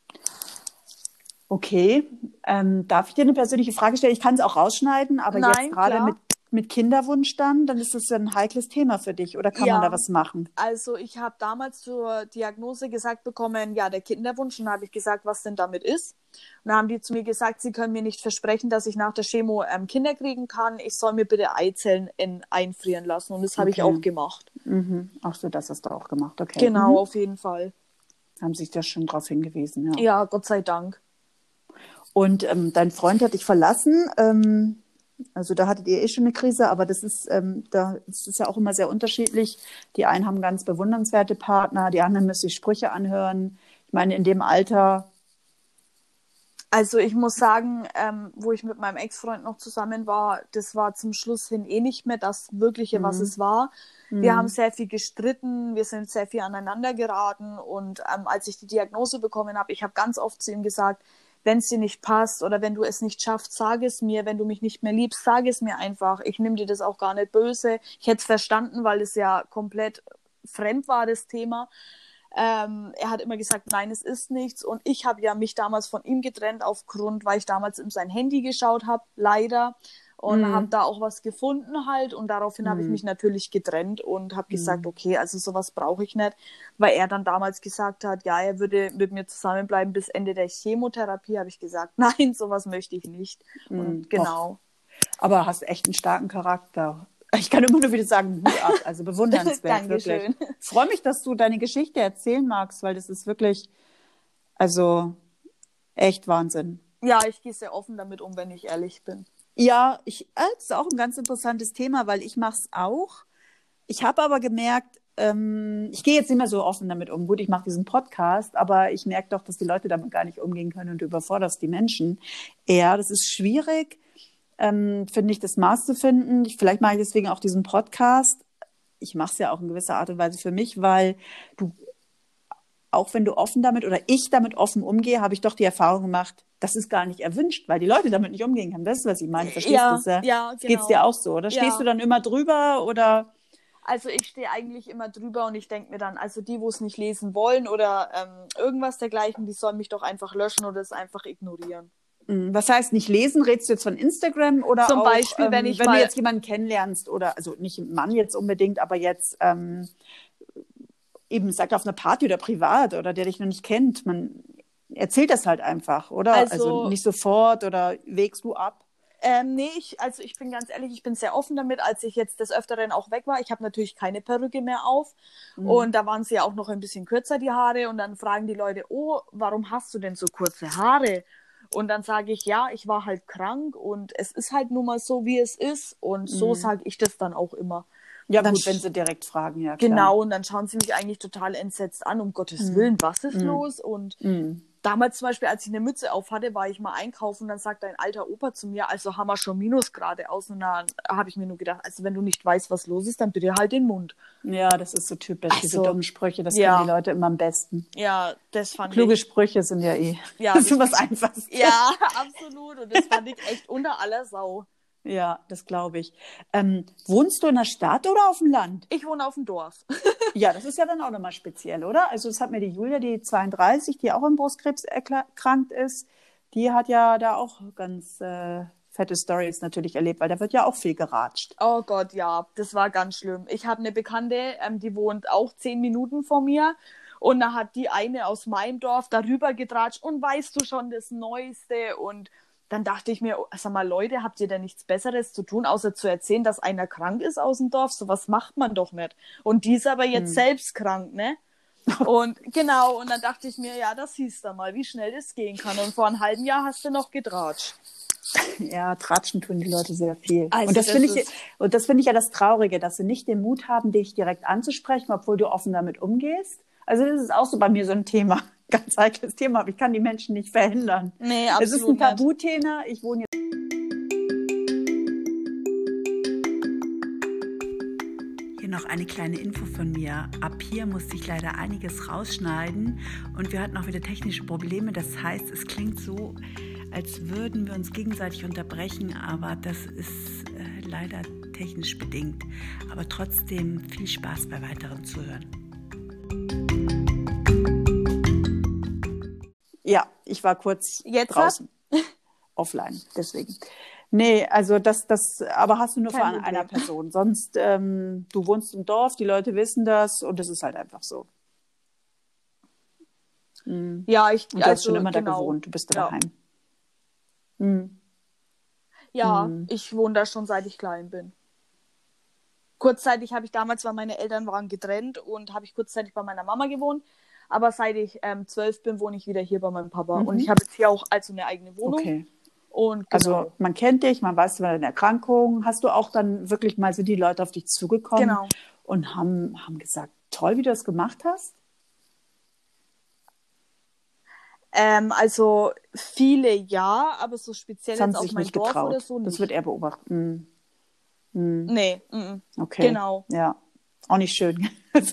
Okay, ähm, darf ich dir eine persönliche Frage stellen? Ich kann es auch rausschneiden, aber Nein, jetzt gerade klar. mit, mit Kinderwunsch dann, dann ist das ja ein heikles Thema für dich. Oder kann man Ja. da was machen? Also ich habe damals zur Diagnose gesagt bekommen, ja, der Kinderwunsch. Und dann habe ich gesagt, was denn damit ist. Und dann haben die zu mir gesagt, sie können mir nicht versprechen, dass ich nach der Chemo ähm, Kinder kriegen kann. Ich soll mir bitte Eizellen in, einfrieren lassen. Und das habe ich Okay. auch gemacht. Mhm. Ach so, das hast du auch gemacht, okay. Genau, Mhm. auf jeden Fall. Haben sich da schon drauf hingewiesen, ja. Ja, Gott sei Dank. Und ähm, dein Freund hat dich verlassen. Ähm, also da hattet ihr eh schon eine Krise, aber das ist, ähm, da, das ist ja auch immer sehr unterschiedlich. Die einen haben ganz bewundernswerte Partner, die anderen müssen sich Sprüche anhören. Ich meine, in dem Alter... Also ich muss sagen, ähm, wo ich mit meinem Ex-Freund noch zusammen war, das war zum Schluss hin eh nicht mehr das Wirkliche, was Mhm. es war. Wir Mhm. haben sehr viel gestritten, wir sind sehr viel aneinander geraten und ähm, als ich die Diagnose bekommen habe, ich habe ganz oft zu ihm gesagt, wenn es dir nicht passt oder wenn du es nicht schaffst, sag es mir. Wenn du mich nicht mehr liebst, sag es mir einfach. Ich nehme dir das auch gar nicht böse. Ich hätte es verstanden, weil es ja komplett fremd war, das Thema. Ähm, er hat immer gesagt, nein, es ist nichts. Und ich habe ja mich damals von ihm getrennt aufgrund, weil ich damals in sein Handy geschaut habe, leider. Und Mhm. habe da auch was gefunden halt. Und daraufhin habe ich Mhm. mich natürlich getrennt und habe gesagt, okay, also sowas brauche ich nicht. Weil er dann damals gesagt hat, ja, er würde mit mir zusammenbleiben bis Ende der Chemotherapie. Habe ich gesagt, nein, sowas möchte ich nicht. Mhm. Und genau. Aber hast echt einen starken Charakter. Ich kann immer nur wieder sagen, Hut ab, also bewundernswert, Dankeschön. wirklich. Ich freue mich, dass du deine Geschichte erzählen magst, weil das ist wirklich, also echt Wahnsinn. Ja, ich gehe sehr offen damit um, wenn ich ehrlich bin. Ja, ich, das ist auch ein ganz interessantes Thema, weil ich mache es auch. Ich habe aber gemerkt, ähm, ich gehe jetzt nicht mehr so offen damit um. Gut, ich mache diesen Podcast, aber ich merke doch, dass die Leute damit gar nicht umgehen können und du überforderst die Menschen. Ja, das ist schwierig, ähm, finde ich, das Maß zu finden. Ich, vielleicht mache ich deswegen auch diesen Podcast. Ich mache es ja auch in gewisser Art und Weise für mich, weil du, auch wenn du offen damit oder ich damit offen umgehe, habe ich doch die Erfahrung gemacht, das ist gar nicht erwünscht, weil die Leute damit nicht umgehen können. Das ist, was ich meine. Verstehst Ja, du das? ja, Geht's genau. dir auch so? Oder Ja. stehst du dann immer drüber oder? Also ich stehe eigentlich immer drüber und ich denke mir dann, also die, wo es nicht lesen wollen oder ähm, irgendwas dergleichen, die sollen mich doch einfach löschen oder es einfach ignorieren. Was heißt nicht lesen? Redest du jetzt von Instagram oder Zum auch, Beispiel, ähm, wenn ich wenn mal... du jetzt jemanden kennenlernst oder, also nicht einen Mann jetzt unbedingt, aber jetzt ähm, eben sagt auf einer Party oder privat oder der dich noch nicht kennt, man erzählt das halt einfach, oder? Also, also nicht sofort oder wägst du ab? Ähm, nee, ich, also ich bin ganz ehrlich, ich bin sehr offen damit, als ich jetzt des Öfteren auch weg war. Ich habe natürlich keine Perücke mehr auf mhm. und da waren sie ja auch noch ein bisschen kürzer, die Haare, und dann fragen die Leute, oh, warum hast du denn so kurze Haare? Und dann sage ich, ja, ich war halt krank und es ist halt nun mal so, wie es ist, und mhm. so sage ich das dann auch immer. Ja gut, wenn sie direkt fragen, ja klar. Genau, und dann schauen sie mich eigentlich total entsetzt an, um Gottes mhm. Willen, was ist mhm. los? Und mhm. damals zum Beispiel, als ich eine Mütze auf hatte, war ich mal einkaufen und dann sagt ein alter Opa zu mir, also haben wir schon Minusgrade aus. Und dann habe ich mir nur gedacht, also wenn du nicht weißt, was los ist, dann bitte halt den Mund. Ja, das ist so typisch, also, diese dummen Sprüche, das ja. kennen die Leute immer am besten. Ja, das fand Kluge ich... Kluge Sprüche sind ja eh ja, so was Einfaches. Ja, absolut, und das fand ich echt unter aller Sau. Ja, das glaube ich. Ähm, wohnst du in der Stadt oder auf dem Land? Ich wohne auf dem Dorf. Ja, das ist ja dann auch nochmal speziell, oder? Also das hat mir die Julia, die zweiunddreißig, die auch an Brustkrebs erkrankt ist, die hat ja da auch ganz äh, fette Storys natürlich erlebt, weil da wird ja auch viel geratscht. Oh Gott, ja, das war ganz schlimm. Ich habe eine Bekannte, ähm, die wohnt auch zehn Minuten von mir. Und da hat die eine aus meinem Dorf darüber getratscht und weißt du schon das Neueste. Und dann dachte ich mir, sag mal, Leute, habt ihr denn nichts Besseres zu tun, außer zu erzählen, dass einer krank ist aus dem Dorf? Sowas macht man doch nicht. Und die ist aber jetzt hm. selbst krank, ne? Und genau, und dann dachte ich mir, ja, das hieß da mal, wie schnell das gehen kann. Und vor einem halben Jahr hast du noch getratscht. Ja, tratschen tun die Leute sehr viel. Also und das, das finde ich, ist... und das finde ich ja das Traurige, dass sie nicht den Mut haben, dich direkt anzusprechen, obwohl du offen damit umgehst. Also das ist auch so bei mir so ein Thema, ganz heikles Thema, aber ich kann die Menschen nicht verhindern. Nee, absolut es ist ein Tabuthema. Ich wohne jetzt. Hier noch eine kleine Info von mir. Ab hier musste ich leider einiges rausschneiden und wir hatten auch wieder technische Probleme. Das heißt, es klingt so, als würden wir uns gegenseitig unterbrechen, aber das ist äh, leider technisch bedingt. Aber trotzdem viel Spaß bei weiteren Zuhören. Ja, ich war kurz Jetzt draußen. Offline, deswegen. Nee, also das, das, aber hast du nur Kein von einer Person. Sonst, ähm, du wohnst im Dorf, die Leute wissen das und das ist halt einfach so. Mhm. Ja, ich, und du also, hast schon immer genau. da gewohnt, du bist da ja. daheim. Mhm. Ja, mhm. ich wohne da schon, seit ich klein bin. Kurzzeitig habe ich damals, weil meine Eltern waren getrennt, und habe ich kurzzeitig bei meiner Mama gewohnt. Aber seit ich ähm, zwölf bin, wohne ich wieder hier bei meinem Papa. Mhm. Und ich habe jetzt hier auch also eine eigene Wohnung. Okay. Und genau. Also man kennt dich, man weiß über deine Erkrankung. Hast du auch dann wirklich mal, sind die Leute auf dich zugekommen genau. und haben, haben gesagt, toll, wie du das gemacht hast? Ähm, also viele ja, aber so speziell das jetzt auf mein Dorf getraut. oder so nicht. Das wird eher beobachtet. Mhm. Mhm. Nee. Mhm. Okay. Genau. Ja, auch nicht schön.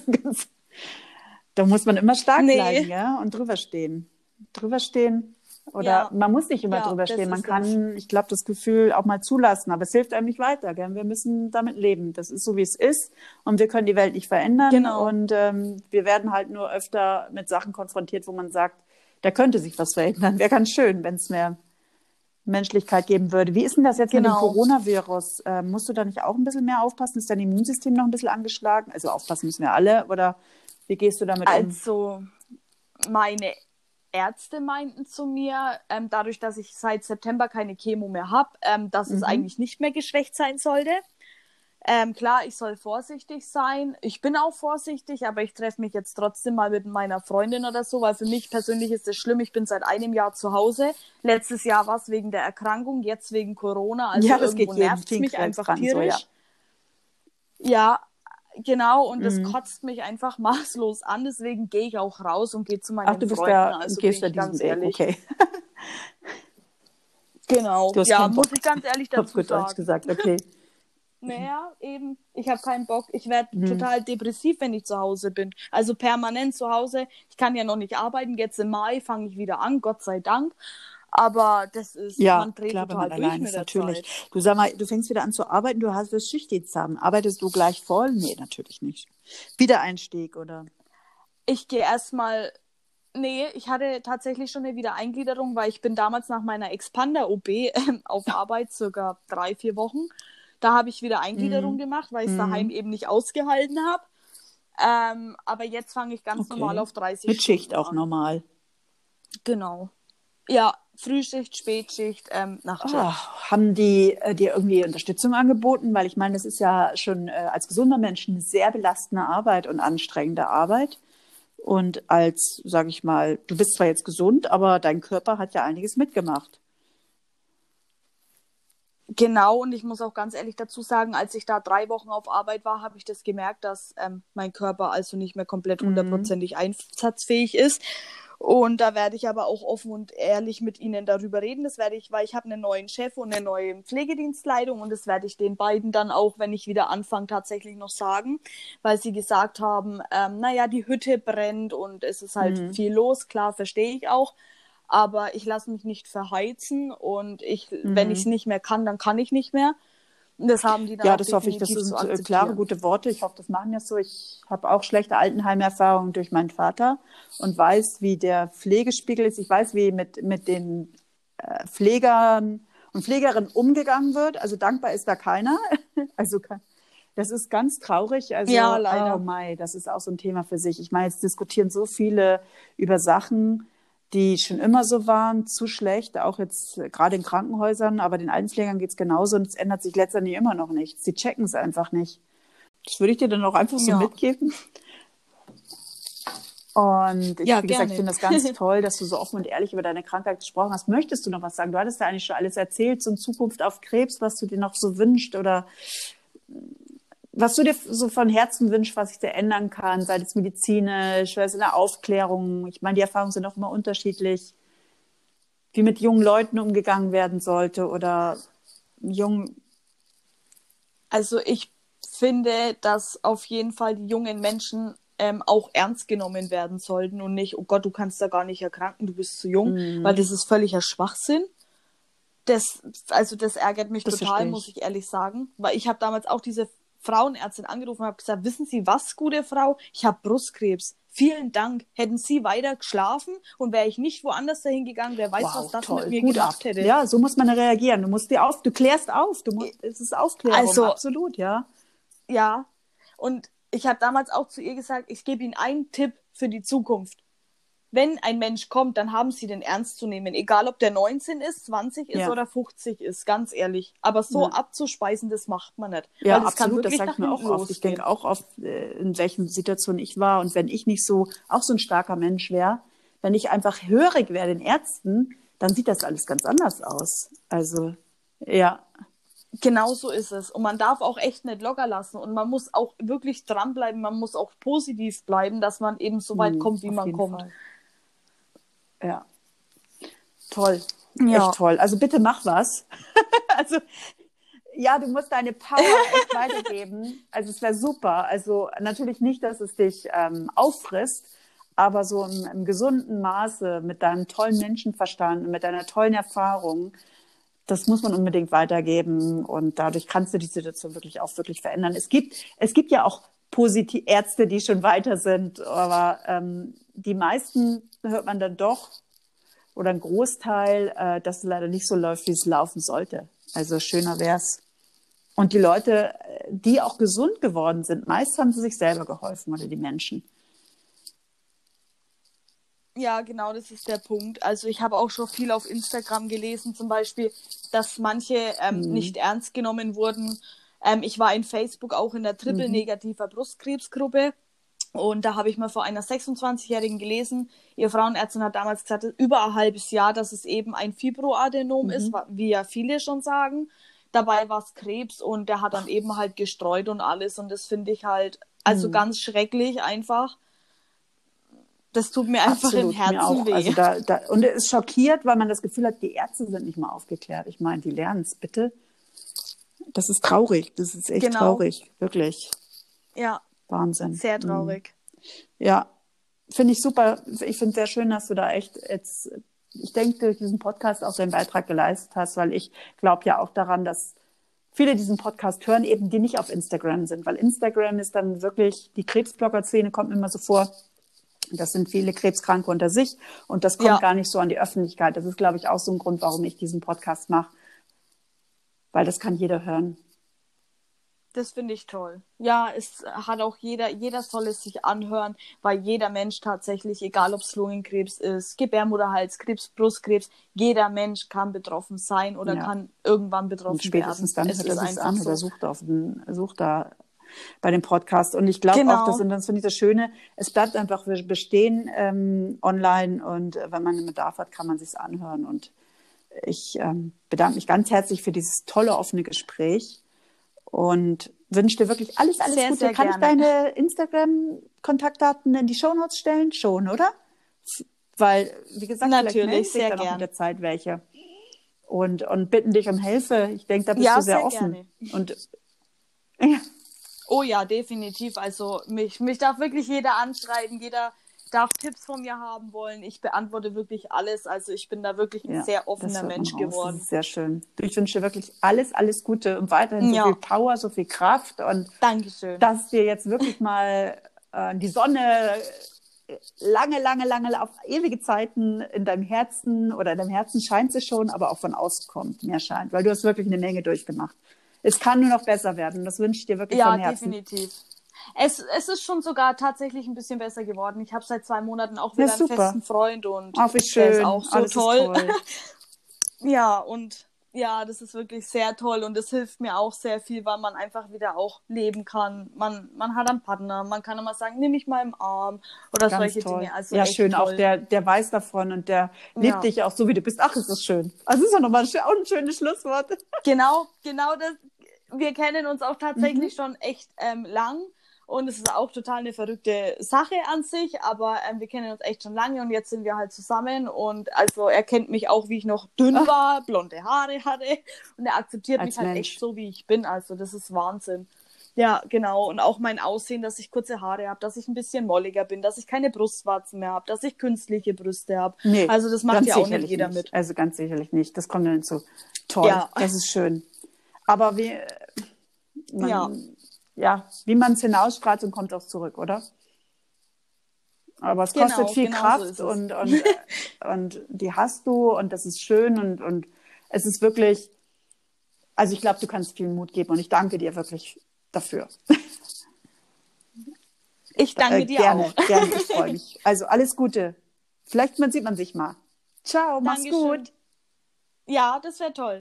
Da muss man immer stark nee. bleiben, ja, und drüber stehen. Drüber stehen. Oder ja. man muss nicht immer ja, drüber stehen. Man kann, das. ich glaube, das Gefühl auch mal zulassen. Aber es hilft einem nicht weiter. Gell? Wir müssen damit leben. Das ist so, wie es ist. Und wir können die Welt nicht verändern. Genau. Und ähm, wir werden halt nur öfter mit Sachen konfrontiert, wo man sagt, da könnte sich was verändern. Wäre ganz schön, wenn es mehr Menschlichkeit geben würde. Wie ist denn das jetzt genau. mit dem Coronavirus? Äh, musst du da nicht auch ein bisschen mehr aufpassen? Ist dein Immunsystem noch ein bisschen angeschlagen? Also aufpassen müssen wir alle. Oder wie gehst du damit um? Also meine Ärzte meinten zu mir, ähm, dadurch, dass ich seit September keine Chemo mehr habe, ähm, dass mhm. es eigentlich nicht mehr geschwächt sein sollte. Ähm, klar, ich soll vorsichtig sein. Ich bin auch vorsichtig, aber ich treffe mich jetzt trotzdem mal mit meiner Freundin oder so, weil für mich persönlich ist es schlimm. Ich bin seit einem Jahr zu Hause. Letztes Jahr war es wegen der Erkrankung, jetzt wegen Corona. Also ja, das irgendwo geht nervt es mich einfach dran, tierisch. So, ja. ja, genau. Und das mhm. kotzt mich einfach maßlos an. Deswegen gehe ich auch raus und gehe zu meinen Ach, du bist Freunden. Da, also gehst bin ich ganz Weg. ehrlich. Okay. Genau. Ja, muss ich ganz ehrlich dazu gut sagen. Deutsch gesagt, okay. Naja, eben, ich habe keinen Bock. Ich werde mhm. total depressiv, wenn ich zu Hause bin. Also permanent zu Hause. Ich kann ja noch nicht arbeiten. Jetzt im Mai fange ich wieder an, Gott sei Dank. Aber das ist, Ja, man dreht klar, wenn total man durch allein mit ist, der natürlich. Zeit. Du sag mal, du fängst wieder an zu arbeiten, du hast das Schichtdienst haben. Arbeitest du gleich voll? Nee, natürlich nicht. Wiedereinstieg, oder? Ich gehe erstmal, nee, ich hatte tatsächlich schon eine Wiedereingliederung, weil ich bin damals nach meiner Expander-O B ähm, auf Arbeit, circa drei, vier Wochen. Da habe ich wieder Eingliederung Mhm. gemacht, weil ich es daheim Mhm. eben nicht ausgehalten habe. Ähm, aber jetzt fange ich ganz normal Okay. auf dreißig Mit Schicht Stunden auch an. normal. Genau. Ja, Frühschicht, Spätschicht, ähm, Nachtschicht. Ah, haben die äh, dir irgendwie Unterstützung angeboten? Weil ich meine, das ist ja schon äh, als gesunder Mensch eine sehr belastende Arbeit und anstrengende Arbeit. Und als, sage ich mal, du bist zwar jetzt gesund, aber dein Körper hat ja einiges mitgemacht. Genau, und ich muss auch ganz ehrlich dazu sagen, als ich da drei Wochen auf Arbeit war, habe ich das gemerkt, dass ähm, mein Körper also nicht mehr komplett Mhm. hundertprozentig einsatzfähig ist. Und da werde ich aber auch offen und ehrlich mit Ihnen darüber reden. Das werde ich, weil ich habe einen neuen Chef und eine neue Pflegedienstleitung und das werde ich den beiden dann auch, wenn ich wieder anfange, tatsächlich noch sagen, weil sie gesagt haben, ähm, naja, die Hütte brennt und es ist halt Mhm. viel los, klar, verstehe ich auch. Aber ich lasse mich nicht verheizen und ich, wenn ich es Mhm. nicht mehr kann, dann kann ich nicht mehr. Und das haben die dann Ja, auch das hoffe ich. Das definitiv zu sind äh, klare, akzeptieren. gute Worte. Ich hoffe, das machen ja so. Ich habe auch schlechte Altenheimerfahrungen durch meinen Vater und weiß, wie der Pflegespiegel ist. Ich weiß, wie mit, mit den äh, Pflegern und Pflegerinnen umgegangen wird. Also dankbar ist da keiner. Also das ist ganz traurig. Ja, Also, oh leider. mei, das ist auch so ein Thema für sich. Ich meine, jetzt diskutieren so viele über Sachen, die schon immer so waren, zu schlecht, auch jetzt äh, gerade in Krankenhäusern, aber den Altenpflegern geht es genauso und es ändert sich letztendlich immer noch nichts. Sie checken es einfach nicht. Das würde ich dir dann auch einfach so Ja. mitgeben. Und ich, Ja, wie gesagt, ich gerne. finde das ganz toll, dass du so offen und ehrlich über deine Krankheit gesprochen hast. Möchtest du noch was sagen? Du hattest ja eigentlich schon alles erzählt, so in Zukunft auf Krebs, was du dir noch so wünschst oder was du dir so von Herzen wünschst, was sich da ändern kann, sei es medizinisch, sei es in der Aufklärung. Ich meine, die Erfahrungen sind auch immer unterschiedlich, wie mit jungen Leuten umgegangen werden sollte oder jungen. Also ich finde, dass auf jeden Fall die jungen Menschen ähm, auch ernst genommen werden sollten und nicht, oh Gott, du kannst da gar nicht erkranken, du bist zu jung, weil Mhm. das ist völliger Schwachsinn. Das, also das ärgert mich Das total, verstehe muss ich. ich ehrlich sagen, weil ich habe damals auch diese Frauenärztin angerufen und habe gesagt, wissen Sie was, gute Frau, ich habe Brustkrebs. Vielen Dank. Hätten Sie weiter geschlafen und wäre ich nicht woanders dahin gegangen, wer weiß, was Wow, das mit toll, mir Hut ab. gemacht hätte. Ja, so muss man reagieren. Du musst dir auf, du klärst auf. Du musst, es ist Aufklärung, Also, absolut, ja. ja. Und ich habe damals auch zu ihr gesagt, ich gebe Ihnen einen Tipp für die Zukunft. Wenn ein Mensch kommt, dann haben Sie den ernst zu nehmen. Egal, ob der neunzehn ist, zwanzig ist Ja, oder fünfzig ist, ganz ehrlich. Aber so ja. abzuspeisen, das macht man nicht. Ja, Weil das kann absolut. Das wirklich sage ich nach mir hinten auch oft. Ich losgehen. denke auch oft, äh, in welchen Situationen ich war. Und wenn ich nicht so, auch so ein starker Mensch wäre, wenn ich einfach hörig wäre den Ärzten, dann sieht das alles ganz anders aus. Also, ja. Genau so ist es. Und man darf auch echt nicht locker lassen. Und man muss auch wirklich dranbleiben. Man muss auch positiv bleiben, dass man eben so weit Hm, kommt, wie auf man jeden kommt. Fall. Ja, toll. Ja. Echt toll. Also bitte mach was. Also, ja, du musst deine Power echt weitergeben. Also es wäre super. Also natürlich nicht, dass es dich ähm, auffrisst, aber so im, im gesunden Maße mit deinem tollen Menschenverstand und mit deiner tollen Erfahrung, das muss man unbedingt weitergeben und dadurch kannst du die Situation wirklich auch wirklich verändern. Es gibt, es gibt ja auch positiv Ärzte, die schon weiter sind, aber ähm, die meisten hört man dann doch oder ein Großteil, äh, dass es leider nicht so läuft, wie es laufen sollte. Also schöner wär's. Und die Leute, die auch gesund geworden sind, meist haben sie sich selber geholfen oder die Menschen. Ja, genau, das ist der Punkt. Also ich habe auch schon viel auf Instagram gelesen, zum Beispiel, dass manche ähm, Mhm. nicht ernst genommen wurden. Ähm, ich war in Facebook auch in der triple-negativer Brustkrebsgruppe und da habe ich mal vor einer sechsundzwanzigjährigen gelesen, ihre Frauenärztin hat damals gesagt, über ein halbes Jahr, dass es eben ein Fibroadenom Mhm. ist, wie ja viele schon sagen. Dabei war es Krebs und der hat dann eben halt gestreut und alles und das finde ich halt also Mhm. ganz schrecklich einfach. Das tut mir einfach im Absolut, mir Herzen auch. weh. Also da, da, und er ist schockiert, weil man das Gefühl hat, die Ärzte sind nicht mal aufgeklärt. Ich meine, die lernen es bitte. Das ist traurig. Das ist echt Genau. traurig. Wirklich. Ja, Wahnsinn. sehr Mhm. traurig. Ja, finde ich super. Ich finde es sehr schön, dass du da echt jetzt ich denke, durch diesen Podcast auch deinen Beitrag geleistet hast, weil ich glaube ja auch daran, dass viele diesen Podcast hören, eben die nicht auf Instagram sind, weil Instagram ist dann wirklich, die Krebsblogger-Szene kommt mir immer so vor, das sind viele Krebskranke unter sich und das kommt Ja. gar nicht so an die Öffentlichkeit. Das ist, glaube ich, auch so ein Grund, warum ich diesen Podcast mache, weil das kann jeder hören. Das finde ich toll. Ja, es hat auch jeder, jeder soll es sich anhören, weil jeder Mensch tatsächlich, egal ob es Lungenkrebs ist, Gebärmutterhalskrebs, Brustkrebs, jeder Mensch kann betroffen sein oder Ja. kann irgendwann Und betroffen spätestens werden. dann Es hört er ist sich einfach an so. oder sucht, auf den, sucht da bei dem Podcast. Und ich glaube Genau. auch, dass, und das finde ich das Schöne, es bleibt einfach bestehen ähm, online und äh, wenn man einen Bedarf hat, kann man sich anhören. Und ich ähm, bedanke mich ganz herzlich für dieses tolle, offene Gespräch und wünsche dir wirklich alles, alles Sehr, Gute. sehr Kann ich gerne. deine Instagram-Kontaktdaten in die Shownotes stellen? Schon, oder? Weil, wie gesagt, vielleicht Natürlich, melden sich sehr dann auch gern. mit der Zeit welche. Und, und bitten dich um Hilfe. Ich denke, da bist Ja, du sehr, sehr offen. gerne. Und ja, Oh ja, definitiv. Also mich, mich darf wirklich jeder anschreiben, jeder darf Tipps von mir haben wollen. Ich beantworte wirklich alles. Also ich bin da wirklich ein ja, sehr das offener hört man Mensch raus. Das geworden. ist sehr schön. Ich wünsche dir wirklich alles, alles Gute und weiterhin so Ja. viel Power, so viel Kraft und Dankeschön. dass dir jetzt wirklich mal äh, die Sonne lange, lange, lange auf ewige Zeiten in deinem Herzen oder in deinem Herzen scheint sie schon, aber auch von außen kommt, mehr scheint, weil du hast wirklich eine Menge durchgemacht. Es kann nur noch besser werden. Das wünsche ich dir wirklich Ja, von Herzen. definitiv. Es, es ist schon sogar tatsächlich ein bisschen besser geworden. Ich habe seit zwei Monaten auch wieder Ja, einen super. festen Freund und Ach, wie der ist schön. auch so Alles toll. ist toll. Ja, und ja, das ist wirklich sehr toll und das hilft mir auch sehr viel, weil man einfach wieder auch leben kann. Man, man hat einen Partner, man kann immer sagen, nimm mich mal im Arm oder Ganz solche toll. Dinge. Also ja, echt schön. toll. Auch der, der weiß davon und der liebt Ja. dich auch so, wie du bist. Ach, ist das schön. Also, das ist ja nochmal ein, schö- auch ein schönes Schlusswort. Genau, genau das. Wir kennen uns auch tatsächlich Mhm. schon echt ähm, lang und es ist auch total eine verrückte Sache an sich, aber ähm, wir kennen uns echt schon lange und jetzt sind wir halt zusammen und also er kennt mich auch, wie ich noch dünn Ach. war, blonde Haare hatte und er akzeptiert Als mich halt Mensch. echt so, wie ich bin, also das ist Wahnsinn. Ja, genau. Und auch mein Aussehen, dass ich kurze Haare habe, dass ich ein bisschen molliger bin, dass ich keine Brustwarzen mehr habe, dass ich künstliche Brüste habe. Nee, also das macht ganz ja auch nicht sicherlich jeder nicht. mit. Also ganz sicherlich nicht. Das kommt dann hinzu. Toll, Ja. das ist schön. Aber wie, man, Ja. ja, wie man es hinausstrahlt und kommt auch zurück, oder? Aber es Genau, kostet viel genau so Kraft ist es. und, und, und die hast du und das ist schön und, und es ist wirklich, also ich glaube, du kannst viel Mut geben und ich danke dir wirklich dafür. Ich danke Äh, dir gerne, auch. gerne, ich freue mich. Also alles Gute. Vielleicht man sieht man sich mal. Ciao, mach's Dankeschön. gut. Ja, das wäre toll.